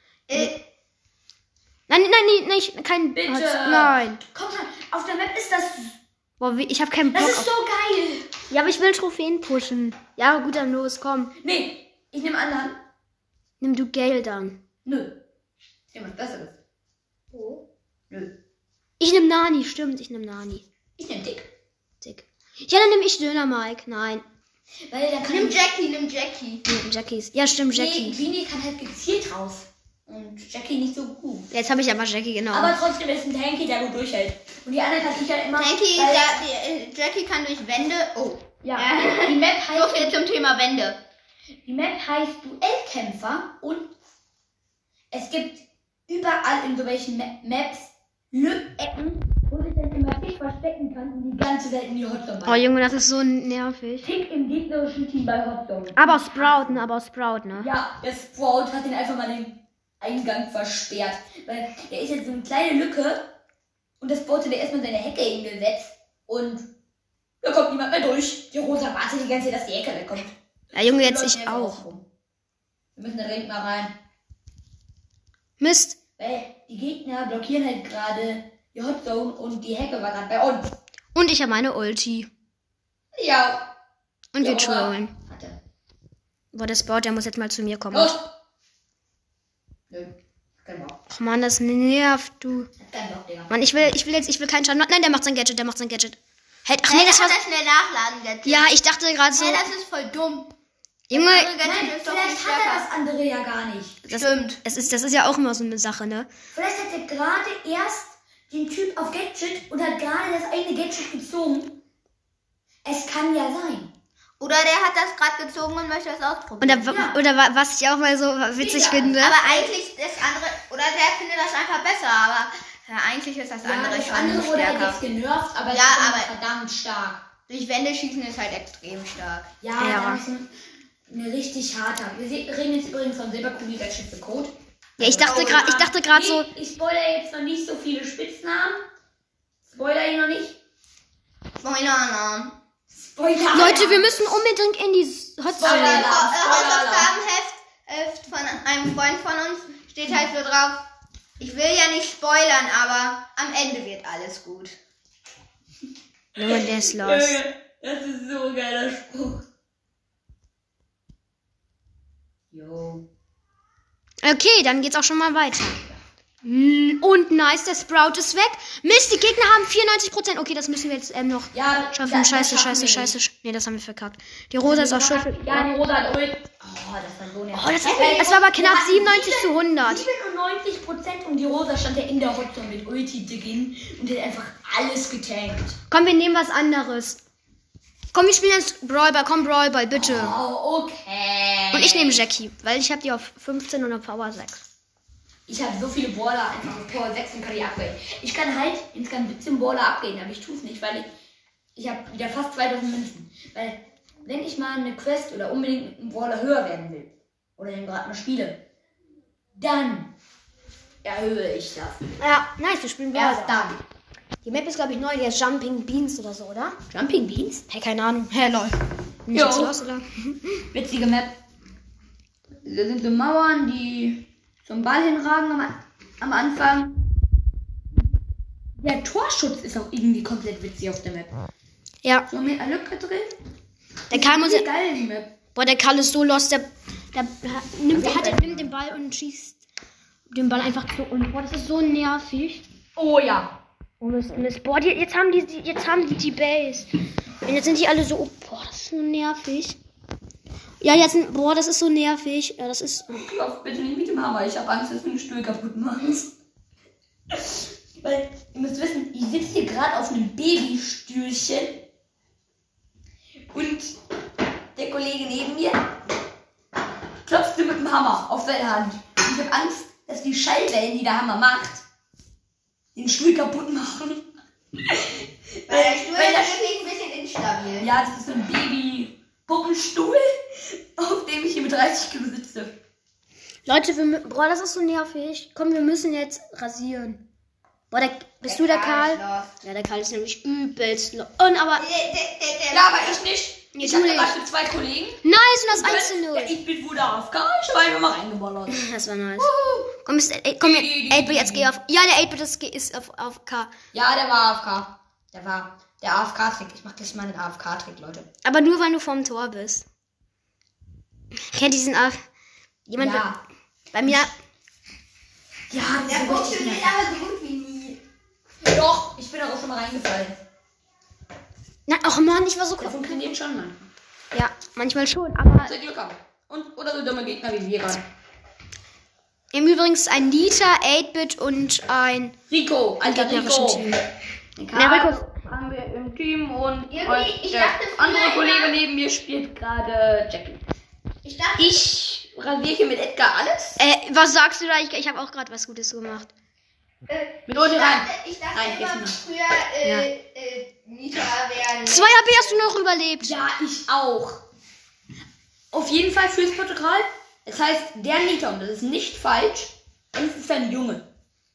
Nein, kein... Bitte. Nein. Komm mal, auf der Map ist das... Boah, ich hab keinen Bock Das ist auf... so geil. Ja, aber ich will Trophäen pushen. Ja, gut, dann los, komm. Nee, ich nehme anderen. Nimm du Gale dann. Nö. Ich nehme was Besseres. Oh. Nö. Ich nehm Nani, stimmt, ich nehm Nani. Ich nehme Dick. Dick. Ja, dann nehm ich Döner Mike. Nein. Weil der kann... Nimm Jackie. Jackies. Ja, stimmt, Jackie. Nee, Genie kann halt gezielt raus. Und Jackie nicht so gut. Jetzt habe ich aber Jackie genommen. Aber trotzdem ist ein Tanky, der gut durchhält. Und die anderen kann ich halt immer... Jackie kann durch Wände. Oh. Ja, die Map So heißt... viel zum Thema Wände. Die Map heißt Duellkämpfer und es gibt überall in so welchen Maps Ecken, wo sich dann immer Tick verstecken kann und die ganze Welt in die Hotzone Oh Junge, das ist so nervig. Tick im gegnerischen Team bei Hotzone. Aber Sprout, ne? Ja, der Sprout hat den einfach mal den Eingang versperrt. Weil der ist jetzt so eine kleine Lücke und das Sprout hat erstmal seine Hecke hingesetzt und da kommt niemand mehr durch. Die Rosa wartet die ganze Zeit, dass die Hecke wegkommt. Ja, Junge, jetzt Die ich läuft einfach auch. außen rum. Wir müssen da dringend mal rein. Mist. Weil die Gegner blockieren halt gerade die Hotzone und die Hecke war gerade bei uns. Und ich habe meine Ulti. Ja. Und wir Ja, aber- trollen. Warte. Boah, der Sprout, der muss jetzt mal zu mir kommen. Los! Nö. Kein Bock. Ach man, das nervt, du. Hat keinen Bock, Digga. Mann, ich will keinen Schaden. Nein, der macht sein Gadget. Halt, ach Nee, nee, das war... kann er schnell nachladen, Gadget. Ja, ich dachte gerade so... Hey, das ist voll dumm. Junge, Das andere Gadget Nein, ist doch viel vielleicht hat er stärker. das andere ja gar nicht. das ist ja auch immer so eine Sache, ne? Vielleicht hat er gerade erst den Typ auf Gadget und hat gerade das eine Gadget gezogen. Es kann ja sein. Oder der hat das gerade gezogen und möchte das ausprobieren. Was ich auch mal so witzig Ja, finde. Aber eigentlich das andere, oder der findet das einfach besser, aber eigentlich ist das andere das schon andere wurde halt stärker. jetzt genervt, aber es Ja, ist aber- verdammt stark. Durch Wände schießen ist halt extrem stark. Ja, Ja. das ist eine richtig harte. Wir reden jetzt übrigens von Silberkugel als Schiff für Code. Ja, ich dachte gerade so... Ich spoilere jetzt noch nicht so viele Spitznamen. Spoiler ihn noch nicht. Spoiler-Alarm. Spoiler. Leute, wir müssen unbedingt in die Hotzone. Hausaufgabenheft von einem Freund von uns steht halt so drauf, ich will ja nicht spoilern, aber am Ende wird alles gut. Junge, der ist los. Das ist so ein geiler Spruch. Jo. Okay, dann geht's auch schon mal weiter. Und nice, der Sprout ist weg. Mist, die Gegner haben 94%. Okay, das müssen wir jetzt noch Ja, schaffen. das Scheiße. schaffen wir nicht. Nee, das haben wir verkackt. Die Rosa ist auch schuld. Ja, die Rosa hat Ult. Oh, das war so nervig. Oh, das war aber knapp 97 zu 100. 97% und die Rosa stand ja in der Hotzone mit Ulti drin und hat einfach alles getankt. Komm, wir nehmen was anderes. Komm, wir spielen jetzt Brawl Ball. Komm, Brawl Ball, bitte. Oh, okay. Und ich nehme Jackie, weil ich habe die auf 15 und auf Power 6. Ich habe so viele Baller einfach auf Power 6 und kann die upgraden. Ich kann halt insgesamt 17 Baller upgraden, aber ich tue es nicht, weil ich habe wieder fast 2000 Münzen. Weil, wenn ich mal eine Quest oder unbedingt einen Baller höher werden will, oder den gerade mal spiele, dann erhöhe ich das. Ja, nice, wir spielen Brawl Erst Ball. dann. Die Map ist, glaube ich, neu. Die heißt Jumping Beans oder so, oder? Jumping Beans? Hey, keine Ahnung. Hey, lol. Bin ich Jo. jetzt los, oder? Witzige Map. Da sind so Mauern, die zum Ball hinragen am Anfang. Der Torschutz ist auch irgendwie komplett witzig auf der Map. Ja, So mit einer Lücke drin. der Karl muss... Wie geil die Map. Boah, der Karl ist so lost. Der nimmt den Ball und schießt den Ball einfach zu. Und boah, das ist so nervig. Oh ja. Oh Mist. Boah, jetzt haben die Base. Und jetzt sind die alle so... Oh, boah, das ist so nervig. Ja, boah, das ist so nervig. Ja, das ist... Klopf bitte nicht mit dem Hammer. Ich habe Angst, dass du den Stuhl kaputt machst. Weil, ihr müsst wissen, ich sitze hier gerade auf einem Babystühlchen. Und der Kollege neben mir klopft mit dem Hammer auf seine Hand. Und ich habe Angst, dass die Schallwellen, die der Hammer macht, den Stuhl kaputt machen. Der Stuhl Weil ist das- wirklich ein bisschen instabil. Ja, das ist so ein Baby-Puppenstuhl, auf dem ich hier mit 30 Kilo sitze. Leute, boah, das ist so nervig. Komm, wir müssen jetzt rasieren. Boah, bist du der Karl? Ist lost. Ja, der Karl ist nämlich übelst. Und aber. Ja, aber ich nicht. Nee, Ich du hatte nicht. gerade mit 2 Kollegen. Nice, und das 1 zu Ja, 0. ich bin wieder AFK, ich habe einfach mal reingeballert. Das war nice. Komm, komm jetzt, 8-Bit, jetzt geh auf. Ja, der 8-Bit ist auf K. Ja, der war AFK. Der war der AFK-Trick. Ich mach gleich mal den AFK-Trick, Leute. Aber nur, weil du vorm Tor bist. Kennt diesen AFK? Jemand Ja. bei mir. Ja, das Der ist so richtig funktioniert nervig. aber so gut wie nie. Doch, ich bin da auch schon mal reingefallen. Nein, ach Mann, ich war so. Der funktioniert schon, Mann. Ja, manchmal schon, aber. Sehr Glück haben. Oder so dumme Gegner wie wir gerade. Im Übrigen ein Nita, 8-Bit und ein Rico, alter gegnerischen Rico. Team. Den Der Rico. haben wir im Team und Irgendwie, ich der dachte früher andere immer- Kollege neben mir spielt gerade Jackie. Ich dachte, Ich rasiere hier mit Edgar alles. Was sagst du da? Ich habe auch gerade was Gutes gemacht. Mit Leute rein. ich dachte Rein, immer geht's früher, Nita wären. 2 HP hast du noch überlebt. Ja, ich auch. Auf jeden Fall fürs Protokoll. Es heißt der Nita und das ist nicht falsch. Und es ist ein Junge.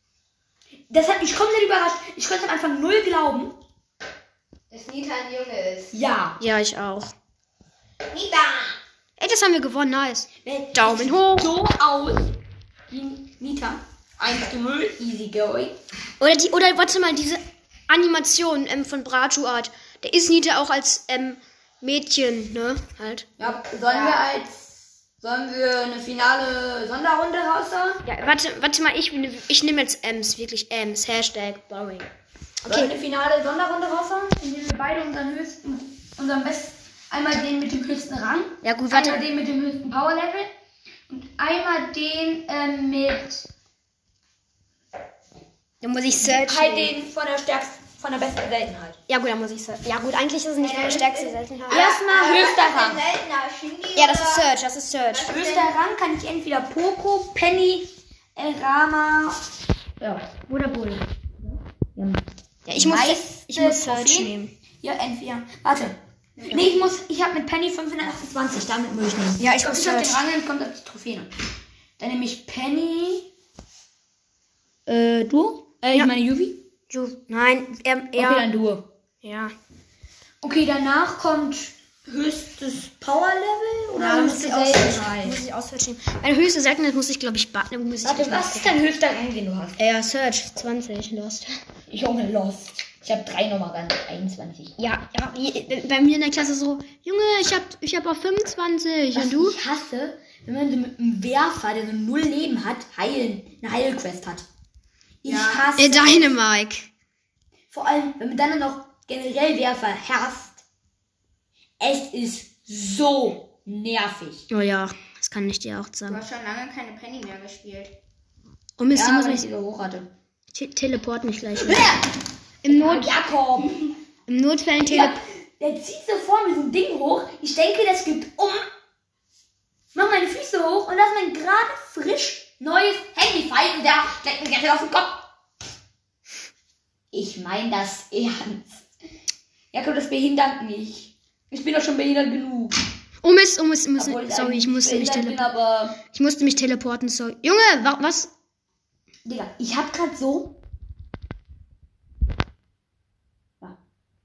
Das hat mich komplett überrascht. Ich konnte am Anfang null glauben. Dass Nita ein Junge ist. Ja. Ja, ich auch. Nita! Ey, das haben wir gewonnen, nice. Wenn Daumen es hoch. So aus wie Nita. 1-0, easy going. Oder warte mal, diese Animation von Bratu Art. Der ist Nita auch als Mädchen, ne? Halt. Ja, sollen wir eine finale Sonderrunde raushauen? Ja, warte mal, ich nehme jetzt Ems, wirklich Ems. Hashtag boring. Sollen wir eine finale Sonderrunde raushauen? Indem wir beide unseren besten, einmal den mit dem höchsten Rang, Ja gut, einmal warte. den mit dem höchsten Power-Level und einmal den mit Dann muss ich searchen. halt den von der besten Seltenheit. Ja gut, dann muss ich searchen. Ja gut, eigentlich ist es nicht meine stärkste Seltenheit. Erstmal höchster Ein Rang. seltener Shindy Ja, das oder- ist Search. Höchster Rang kann ich entweder Poco, Penny, Rama, ja, Oder Bull. ja. Ja, ich muss Meiste Search Trophäen. nehmen. Ja, entweder. Warte. Nee, ich habe mit Penny 528, damit muss ich nehmen. Ja, ich muss ich auf den Search. Rang, dann kommt auf die Trophäen. Dann nehme ich Penny. Du? Ich meine Yuvi. Nein, Okay, dann du. Ja. Okay, danach kommt höchstes Power-Level oder Ja, dann muss höchste ich aussearchen. Seltenheit? Muss ich aussearchen. Meine höchste Seltenheit muss ich, glaube ich, Warte, was ist dein höchster Rang, den du hast? Ja, Search, 20, Lost. Junge, Lost. Ich habe 3 Nummer ganz 21. Ja, bei mir in der Klasse so, Junge, ich hab auf 25. Was Und du? ich hasse, wenn man so mit einem Werfer, der so 0 Leben hat, eine Heilquest hat. Ich hasse Dynamike. vor allem, wenn man dann noch generell Werfer hasst. Es ist so nervig. Oh ja, das kann ich dir auch Du sagen. hast schon lange keine Penny mehr gespielt. Und Mist, Ja, die muss weil ich mich sie so hoch hatte. teleport mich gleich. Ja, Im Jakob! Im Notfall Ja, der zieht so vor mir so ein Ding hoch. Ich denke, das geht um. Mach meine Füße hoch und lass mein gerade frisch neues Handy fallen und der steckt mir gleich auf den Kopf. Ich meine das ernst. Jakob, das behindert mich. Ich bin doch schon behindert genug. Oh Mist, Obwohl sorry, eigentlich ich musste mich behindert bin, aber Ich musste mich teleporten, sorry. Junge, was? Digga, ich hab grad so. Ja.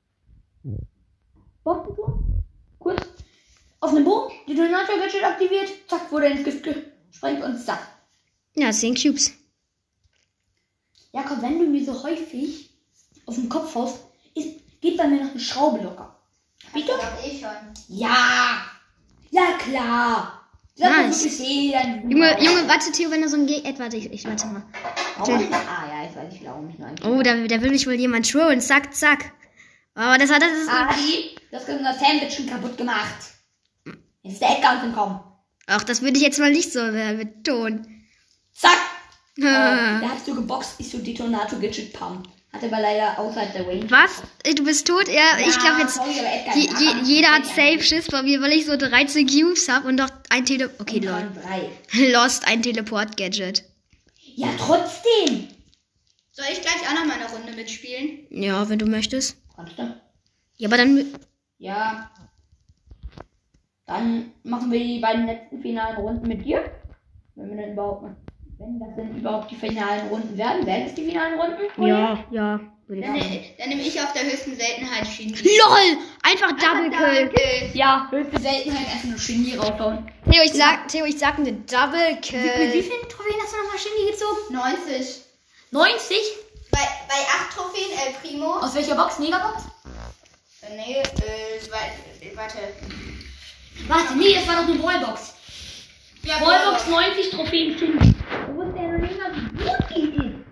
Bombenturm. Kurz auf einem Bogen, die Detonator-Gadget aktiviert, zack, wurde ins Gift gesprengt und zack. Ja, 10 Cubes. Jakob, wenn du mir so häufig auf den Kopf haust, geht bei mir noch eine Schraube locker. Hast du doch eh schon. Ja! Ja, klar! Das hat Nice. doch gesehen. Junge, warte, Theo, wenn du so ein warte, ich warte mal. Ja, jetzt weiß ich, warum ich nur ein Oh, da will mich wohl jemand trollen. Zack, zack. Aber das ist. Adi, du hast unser Sandwich schon kaputt gemacht. Jetzt ist der Edgar gekommen. Ach, das würde ich jetzt mal nicht so betonen. Zack! Da hast du geboxt, ich so Detonator-Gadget Pump. Hatte aber leider außerhalb der Range. Was? Du bist tot? Ja, ich glaube jetzt. Sorry, aber Edgar, Jeder hat safe Schiss bei mir, weil ich so 13 Cubes habe und noch ein Okay, lol. 3. Lost ein Teleport-Gadget. Ja, trotzdem. Soll ich gleich auch noch mal eine Runde mitspielen? Ja, wenn du möchtest. Kannst du? Ja, aber dann. Ja. Dann machen wir die beiden letzten finalen Runden mit dir. Wenn das denn überhaupt die finalen Runden werden es die finalen Runden? Ja, würde ich Dann, sagen. dann nehme ich auf der höchsten Seltenheit Shindy. LOL! Einfach Double Kill. Ja, höchste Seltenheit einfach nur Shindy raushauen. Theo, ich sag eine Double Mit wie Kill. vielen Trophäen hast du nochmal Shindy gezogen? 90. 90? Bei 8 Trophäen El Primo. Aus welcher Box? Megabox? Nee, warte. Warte, nee, das war doch eine Ballbox. Ja, Ballbox 90 Trophäen Shindy. Du wusstest ja noch nicht mal, wie gut die ist.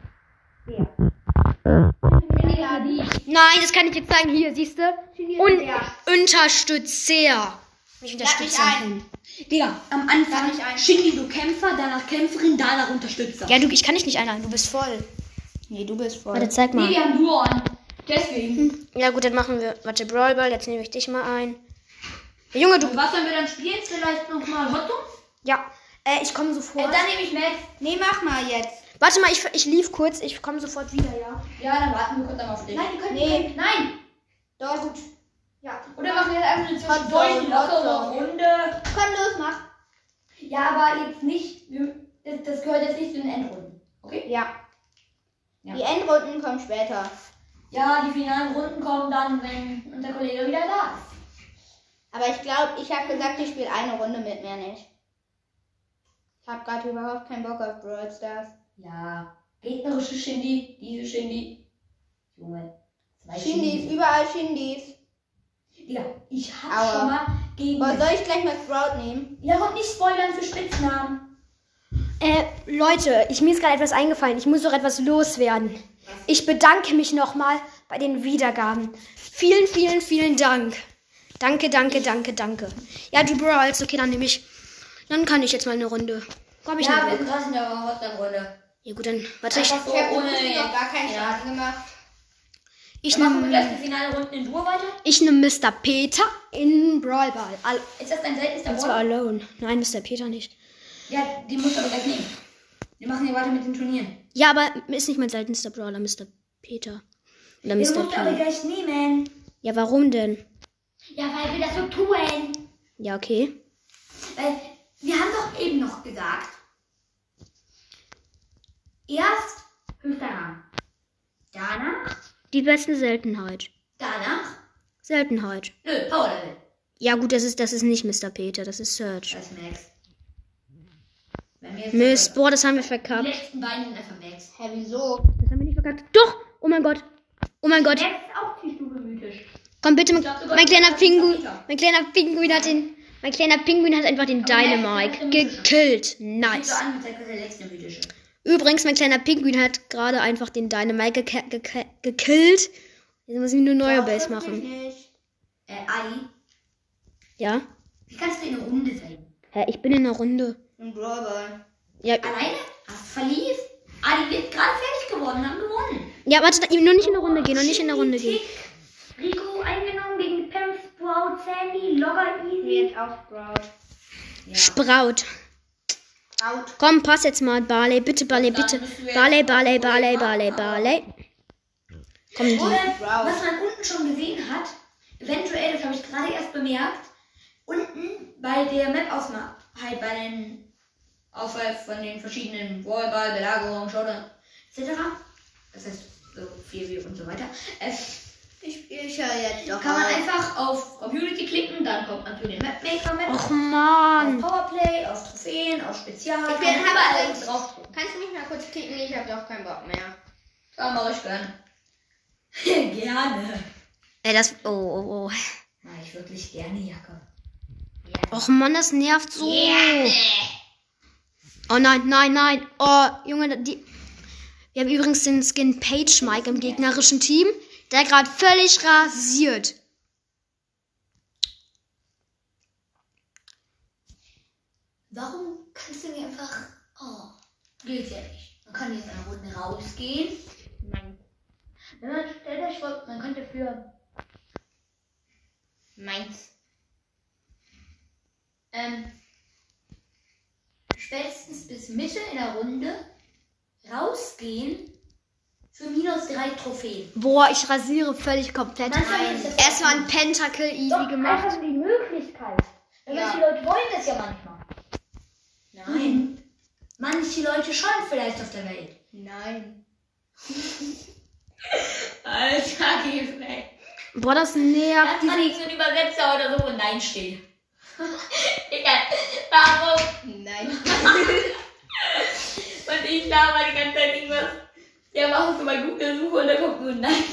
Ja, die. Nein, das kann ich jetzt zeigen. Hier, siehst du? Und Ja. Unterstützer. Mich Lad mich Unterstützer. ein. Digga, am Anfang Lad mich ein. Shindy du Kämpfer, danach Kämpferin, danach Unterstützer. Ja, ich kann dich nicht einladen. Du bist voll. Nee, du bist voll. Warte, zeig Nee, mal. wir haben Duo an. Deswegen. Ja gut, dann machen wir. Warte, Brawl Ball. Jetzt nehme ich dich mal ein. Ja, Junge, du. Und was sollen wir dann spielen? Vielleicht nochmal Hotto? Ja. Ich komme sofort. Dann nehme ich Max. Nee, mach mal jetzt. Warte mal, ich lief kurz. Ich komme sofort wieder, ja. Ja, dann warten wir kurz einmal auf dich. Nein, Nee. Nein! Doch. Gut. Ja. Oder machen wir jetzt einfach eine Hotdog, zwischendurch lockere Hotdog. Runde. Komm los, mach. Ja, aber jetzt nicht. Das gehört jetzt nicht zu den Endrunden. Okay? Ja. Ja. Die Endrunden kommen später. Ja, die finalen Runden kommen dann, wenn unser Kollege wieder da ist. Aber ich glaube, ich habe gesagt, ich spiele eine Runde mit mir nicht. Ich habe gerade überhaupt keinen Bock auf Brawl Stars. Ja. Gegnerische Shindy, diese Shindy. Junge. 2 Shindys, überall Shindys. Ja, ich hab Aua. schon mal gegen. Boah, soll ich gleich mal Sprout nehmen? Ja, und nicht spoilern für Spitznamen. Leute, mir ist gerade etwas eingefallen. Ich muss doch etwas loswerden. Ich bedanke mich nochmal bei den Wiedergaben. Vielen, vielen, vielen Dank. Danke. Ja, du Brawls, okay, dann nehme ich. Dann kann ich jetzt mal eine Runde. Komm ich Ja, noch. wir sind gerade in der Hotline-Runde. Ja gut, dann warte ich. Einfach so Ich habe ohne noch gar keinen ja. Schaden gemacht. Ich Dann machen wir gleich nehme die finale Runde in Duo weiter. Mr. Peter in Brawl Ball. Ist das dein seltenster Und zwar Brawler? alone. Nein, Mr. Peter nicht. Ja, die musst du aber gleich nehmen. Wir machen hier weiter mit den Turnieren. Ja, aber ist nicht mein seltenster Brawler, Mr. Peter. Oder Den Mr. musst du aber P. gleich nehmen. Ja, warum denn? Ja, weil wir das so tun. Ja, okay. Weil wir haben doch eben noch gesagt, erst höchster Rang. Danach, Die beste Seltenheit. danach, Seltenheit. Power Level. Ja gut, das ist nicht Mr. Peter, das ist Search. Das ist Max. Wenn wir jetzt Mist, boah, das haben wir die verkackt. letzten beiden sind einfach Max. Hä, wieso? Das haben wir nicht verkackt. Doch! Oh mein Gott. Oh mein Gott. Max ist auch Zielstufe mythisch. Komm bitte, glaub, du mein kleiner warst Pinguin. Peter. Mein kleiner Pinguin hat einfach den Aber Max ist Dynamite der mythische. gekillt. Fängt so Nice. an mit der letzten mythische. Übrigens, mein kleiner Pinguin hat gerade einfach den Dynamite gekillt. Jetzt muss ich nur neue Base machen. Nicht. Ali, Ja? wie kannst du in einer Runde sein? Hä, ich bin in der Runde. Ein Brawl Ball. Ja, Alleine? Hast du verlief? Ali wird gerade fertig geworden, haben gewonnen. ja, warte, nur nicht in der Runde gehen, noch nicht in der Runde gehen. Rico eingenommen gegen Pam, Sprout, Sandy, Logger, Easy. Jetzt auf Sprout. Ja. Sprout. Out. Komm, pass jetzt mal, Barley, bitte, Barley, Dann bitte. müssen wir Barley, jetzt Barley, auf Barley, Barley Barley, machen. Barley. Komm, die. Oder Sprout. was man unten schon gesehen hat, eventuell, das habe ich gerade erst bemerkt, unten bei der Map-Auswahl, halt bei den Auswahl von den verschiedenen Wallball, Belagerung, Showdown, etc. Das heißt, so 4W und so weiter. Ich höre jetzt doch Kann man auf. einfach auf Community klicken, dann kommt man zu den Mapmaker mit. Och Auf man. Powerplay, auf Trophäen, auf Spezial. Ich bin kann man aber überall alles. drauf. Kannst du mich mal kurz klicken? Ich habe doch keinen Bock mehr. Ja, mach ich gerne. Gerne. Das. Oh. Mach ich wirklich gerne, Jacke. Och man, das nervt so. Oh nein. Oh, Junge, wir haben übrigens den Skin Page Mike im gegnerischen Team, der gerade völlig rasiert. Warum kannst du mir einfach... Oh, gilt ja nicht. Man kann jetzt eine Runde rausgehen. Nein. Man könnte für Meins. spätestens bis Mitte in der Runde rausgehen Für minus 3 Trophäen. Boah, ich rasiere völlig komplett Manchmal ein. ist das Erstmal ein Pentakill easy Doch, gemacht. einfach die Möglichkeit. Weil Ja. manche Leute wollen das ja manchmal. Nein. Manche Leute schon vielleicht auf der Welt. Nein. Alter, geh weg. Boah, das nervt. Kann nicht so ein Übersetzer oder so, wo Nein steht. Egal. Warum? Nein. Und ich laber die ganze Zeit irgendwas. Ja, mach du mal Google-Suche und da kommt nur Nein.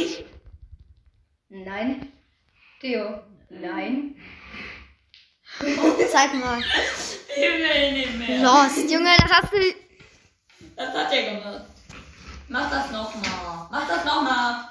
Nein. Theo. Nein. Zeig mal. Ich will nicht mehr. Lost, Junge, das hast du. Das hat er gemacht. Mach das nochmal. Mach das nochmal.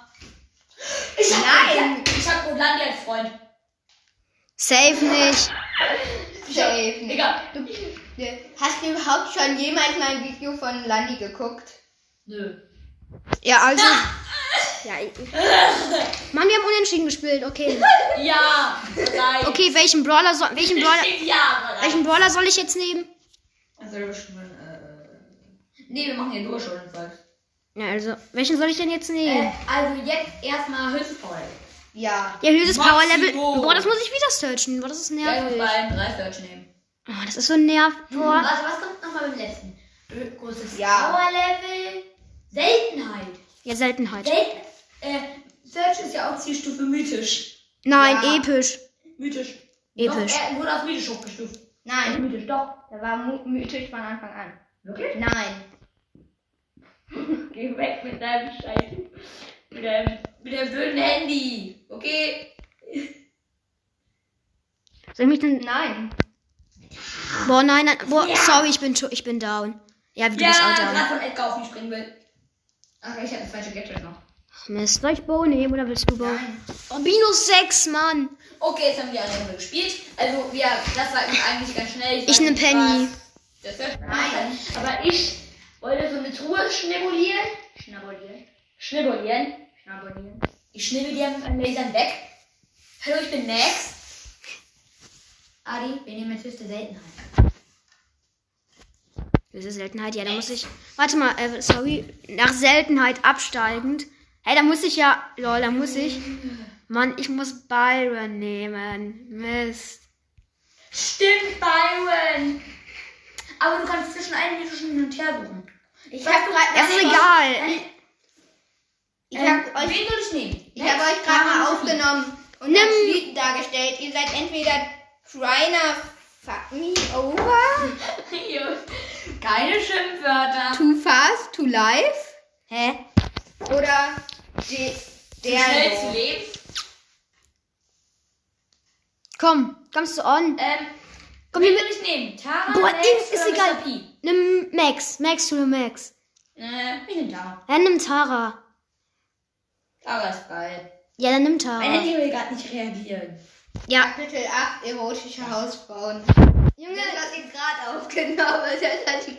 Ich hab Roland als Freund. Safe nicht. Safe. Egal. Hast du überhaupt schon jemals mal ein Video von Landi geguckt? Nö. Ja, also. Ja, Mann, wir haben unentschieden gespielt, okay. Ja. Drei. Okay, welchen Brawler Ja. soll ich jetzt nehmen? Also, nee, wir machen hier durch schon. Ja, also, welchen soll ich denn jetzt nehmen? Also jetzt erstmal Hilfspower. Ja. Ja, höchstes Power Level. Maximo. Boah, das muss ich wieder searchen. Boah, das ist Ja, ich muss nervig. bei allen 3 Search nehmen. Oh, das ist so nervig. Boah. Warte, was kommt nochmal beim letzten? Großes Ja. Power Level. Seltenheit. Ja, Seltenheit. Search ist ja auch Zielstufe mythisch. Nein, Ja. episch. Mythisch. Episch. Doch, er wurde auf mythisch hochgestuft. Nein. Mythisch, doch. Der war mythisch von Anfang an. Wirklich? Nein. Geh weg mit deinem Scheiß. Mit dem blöden Handy. Okay? Soll ich mich denn. Nein. Boah, nein. Boah, Ja. sorry, ich bin down. Ja, du bist auch gerade down. von Edgar auf mich springen will. Ach, ich hab das falsche Gadget noch. Mist, soll ich Bo nehmen oder willst du Bo? Nein. Oh, minus 6, Mann. Okay, jetzt haben wir eine Runde gespielt. Also, das war eigentlich ganz schnell. Ich weiß nehm nicht, Penny. was das wird. Nein. Aber ich wollte so eine Truhe schnabulieren. Schnabulieren. Ich schnibbel die am Lasern weg. Hallo, ich bin Max. Adi, wir nehmen jetzt höchste Seltenheit. Höchste Seltenheit, ja, da muss ich. Warte mal, sorry. Nach Seltenheit absteigend. Hey, da muss ich ja. Lol, da muss ich. Mann, ich muss Byron nehmen. Mist. Stimmt, Byron. Aber du kannst zwischen einem mythischen hin und her suchen. Ich hab grad. Das ist egal. Ich hab Wen euch, soll ich nehmen? ich hab euch gerade mal aufgenommen und Nimm- als Tweet dargestellt. Ihr seid entweder Trainer Fuck Me Over, Keine Schimpfwörter. Too Fast, Too Life, Hä? oder der Schnell so. zu leben. Kommst du on? Komm Wen hier soll ich nehmen? Tara, Boah, Max ist oder egal. Mr. P? Nimm Max. Max, tu Max. Ich nehm Tara. Ja, nimm Tara. Tara ist geil. Ja, dann nimm Mein Tara. Handy will gerade nicht reagieren. Ja. Kapitel 8, erotische Hausfrauen. Junge, Das hat ihn gerade aufgenommen. Das hat ihn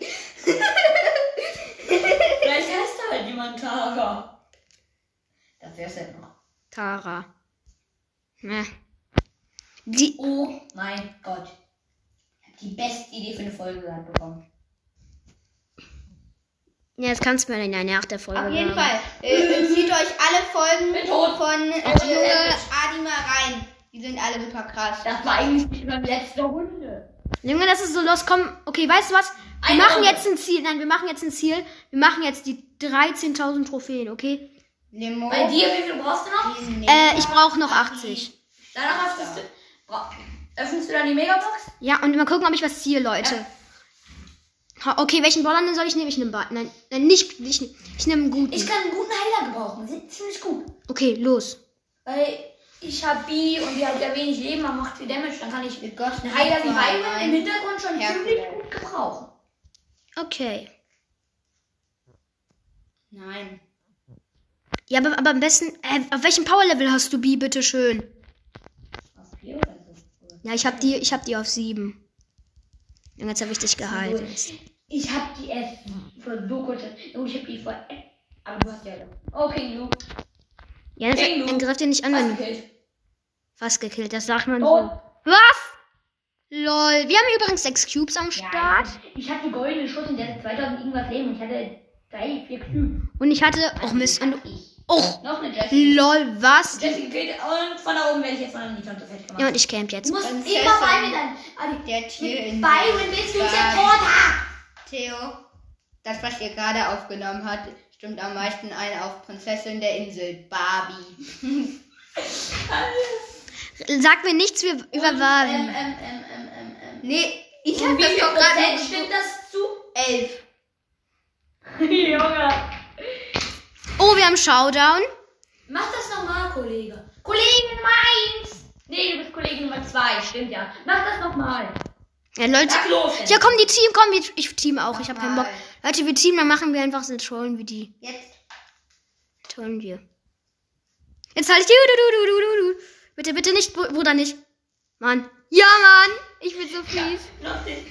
Vielleicht heißt da halt jemand Tara. Das wär's halt noch. Tara. Ne. Die. Oh mein Gott. Ich hab die beste Idee für eine Folge gerade bekommen. Ja, das kannst du mir dann nach der Folge Auf jeden sagen. Fall. Zieht euch alle Folgen Bin tot. von Junge Adi mal rein. Die sind alle super krass. Das war eigentlich nicht beim letzten Runde. Junge, das ist so los. Komm, okay, weißt du was? Wir Eine machen Runde. jetzt ein Ziel. Nein, wir machen jetzt ein Ziel. Wir machen jetzt die 13.000 Trophäen, okay? Limo. Bei dir, wie viel brauchst du noch? Ich brauche noch 80. Danach öffnest du dann die Megabox? Ja, und mal gucken, ob ich was ziehe, Leute. Okay, welchen Brawler soll ich nehmen? Ich nehme Nein, nicht. Ich nehme einen guten. Ich kann einen guten Heiler gebrauchen. Die sind ziemlich gut. Okay, los. Weil ich habe B und die hat ja wenig Leben, aber macht viel Damage. Dann kann ich Mit Gott einen Heiler wie Byron im rein. Hintergrund schon Ja. ziemlich gut gebrauchen. Okay. Nein. Ja, aber am besten. Auf welchem Power-Level hast du B, bitteschön? Auf 4 oder so? Ja, ich hab die auf 7. Junge, jetzt habe ich dich gehalten. Ich hab die erst vor so kurz. Oh, ich hab die vor. Aber du hast ja. Okay, du. Ja, dann griff dir nicht an, wenn du gekillt. fast gekillt. Das sagt man Tot. so. Was? Lol. Wir haben übrigens 6 Cubes am Start. Ich hatte die goldene Schuss und der hat 2000 irgendwas Leben. Und ich hatte 3, 4 Cubes. Und ich hatte... Oh Mist. Und, oh, Noch eine Jessie. lol, was? Jessie geht und von da oben werde ich jetzt von der Nita fertig gemacht. Ja, und ich camp jetzt. Du musst Prinzessin. immer bei mir dann. Der Tierinsel. Byron, willst du Supporter? Theo, das, was ihr gerade aufgenommen habt, stimmt am meisten ein auf Prinzessin der Insel, Barbie. Sag mir nichts über Barbie. Nee, ich Und hab wie das viel doch gerade Prozent stimmt das zu? 11. Junge. Oh, wir haben Showdown. Mach das nochmal, Kollege. Kollege Nummer 1. Nee, du bist Kollege Nummer 2, stimmt ja. Mach das nochmal. Ja, Leute. Sag los. Ja, komm, die Team, komm, ich team auch. Ich habe keinen Bock. Nochmal. Leute, wir teamen, dann machen wir einfach so, trollen wir die. Jetzt. Trollen wir. Jetzt halt ich. Du. Bitte, bitte nicht, Bruder, nicht. Mann. Ja, Mann. Ich bin so fies. Noch nicht.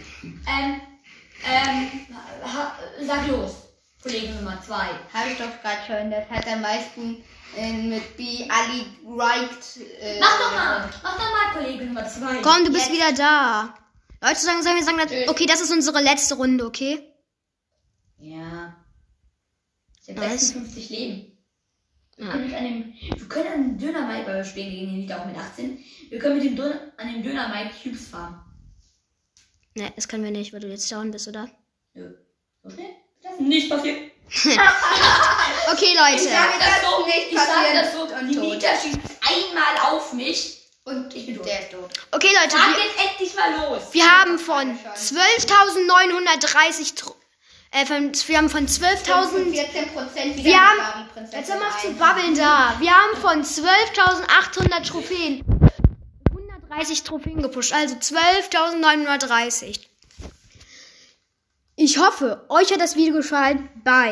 Sag los. Kollege Nummer 2. Hab ich doch gerade schon. Das hat am meisten mit B. Ali Right. Mach doch mal, Kollege Nummer 2. Komm, du bist Jetzt. wieder da. Leute, wir sagen, okay, das ist unsere letzte Runde, okay? Ja. Ich hab Nice. 56 Leben. Wir Ja. können an dem Dynamite, weil wir spielen gegen den Lied auch mit 18. Wir können an dem Dynamite Cubes farmen. Ne, das können wir nicht, weil du jetzt down bist, oder? Nö. Okay? Das ist nicht passiert. Okay, Leute. Ich sage das so, nicht ich sage passieren das so, und die tot. Nita schießt einmal auf mich. Und Ich bin tot. der ist tot. Okay, Leute, Sag jetzt endlich mal los. wir haben von 12.930 wir haben von 12.000 14% wieder Wir haben- Barbie-Prinzessin. Jetzt hör mal auf zu ein. babbeln da. Wir haben von 12.800 Trophäen 130 Trophäen gepusht. Also 12.930. Ich hoffe, euch hat das Video gefallen. Bye.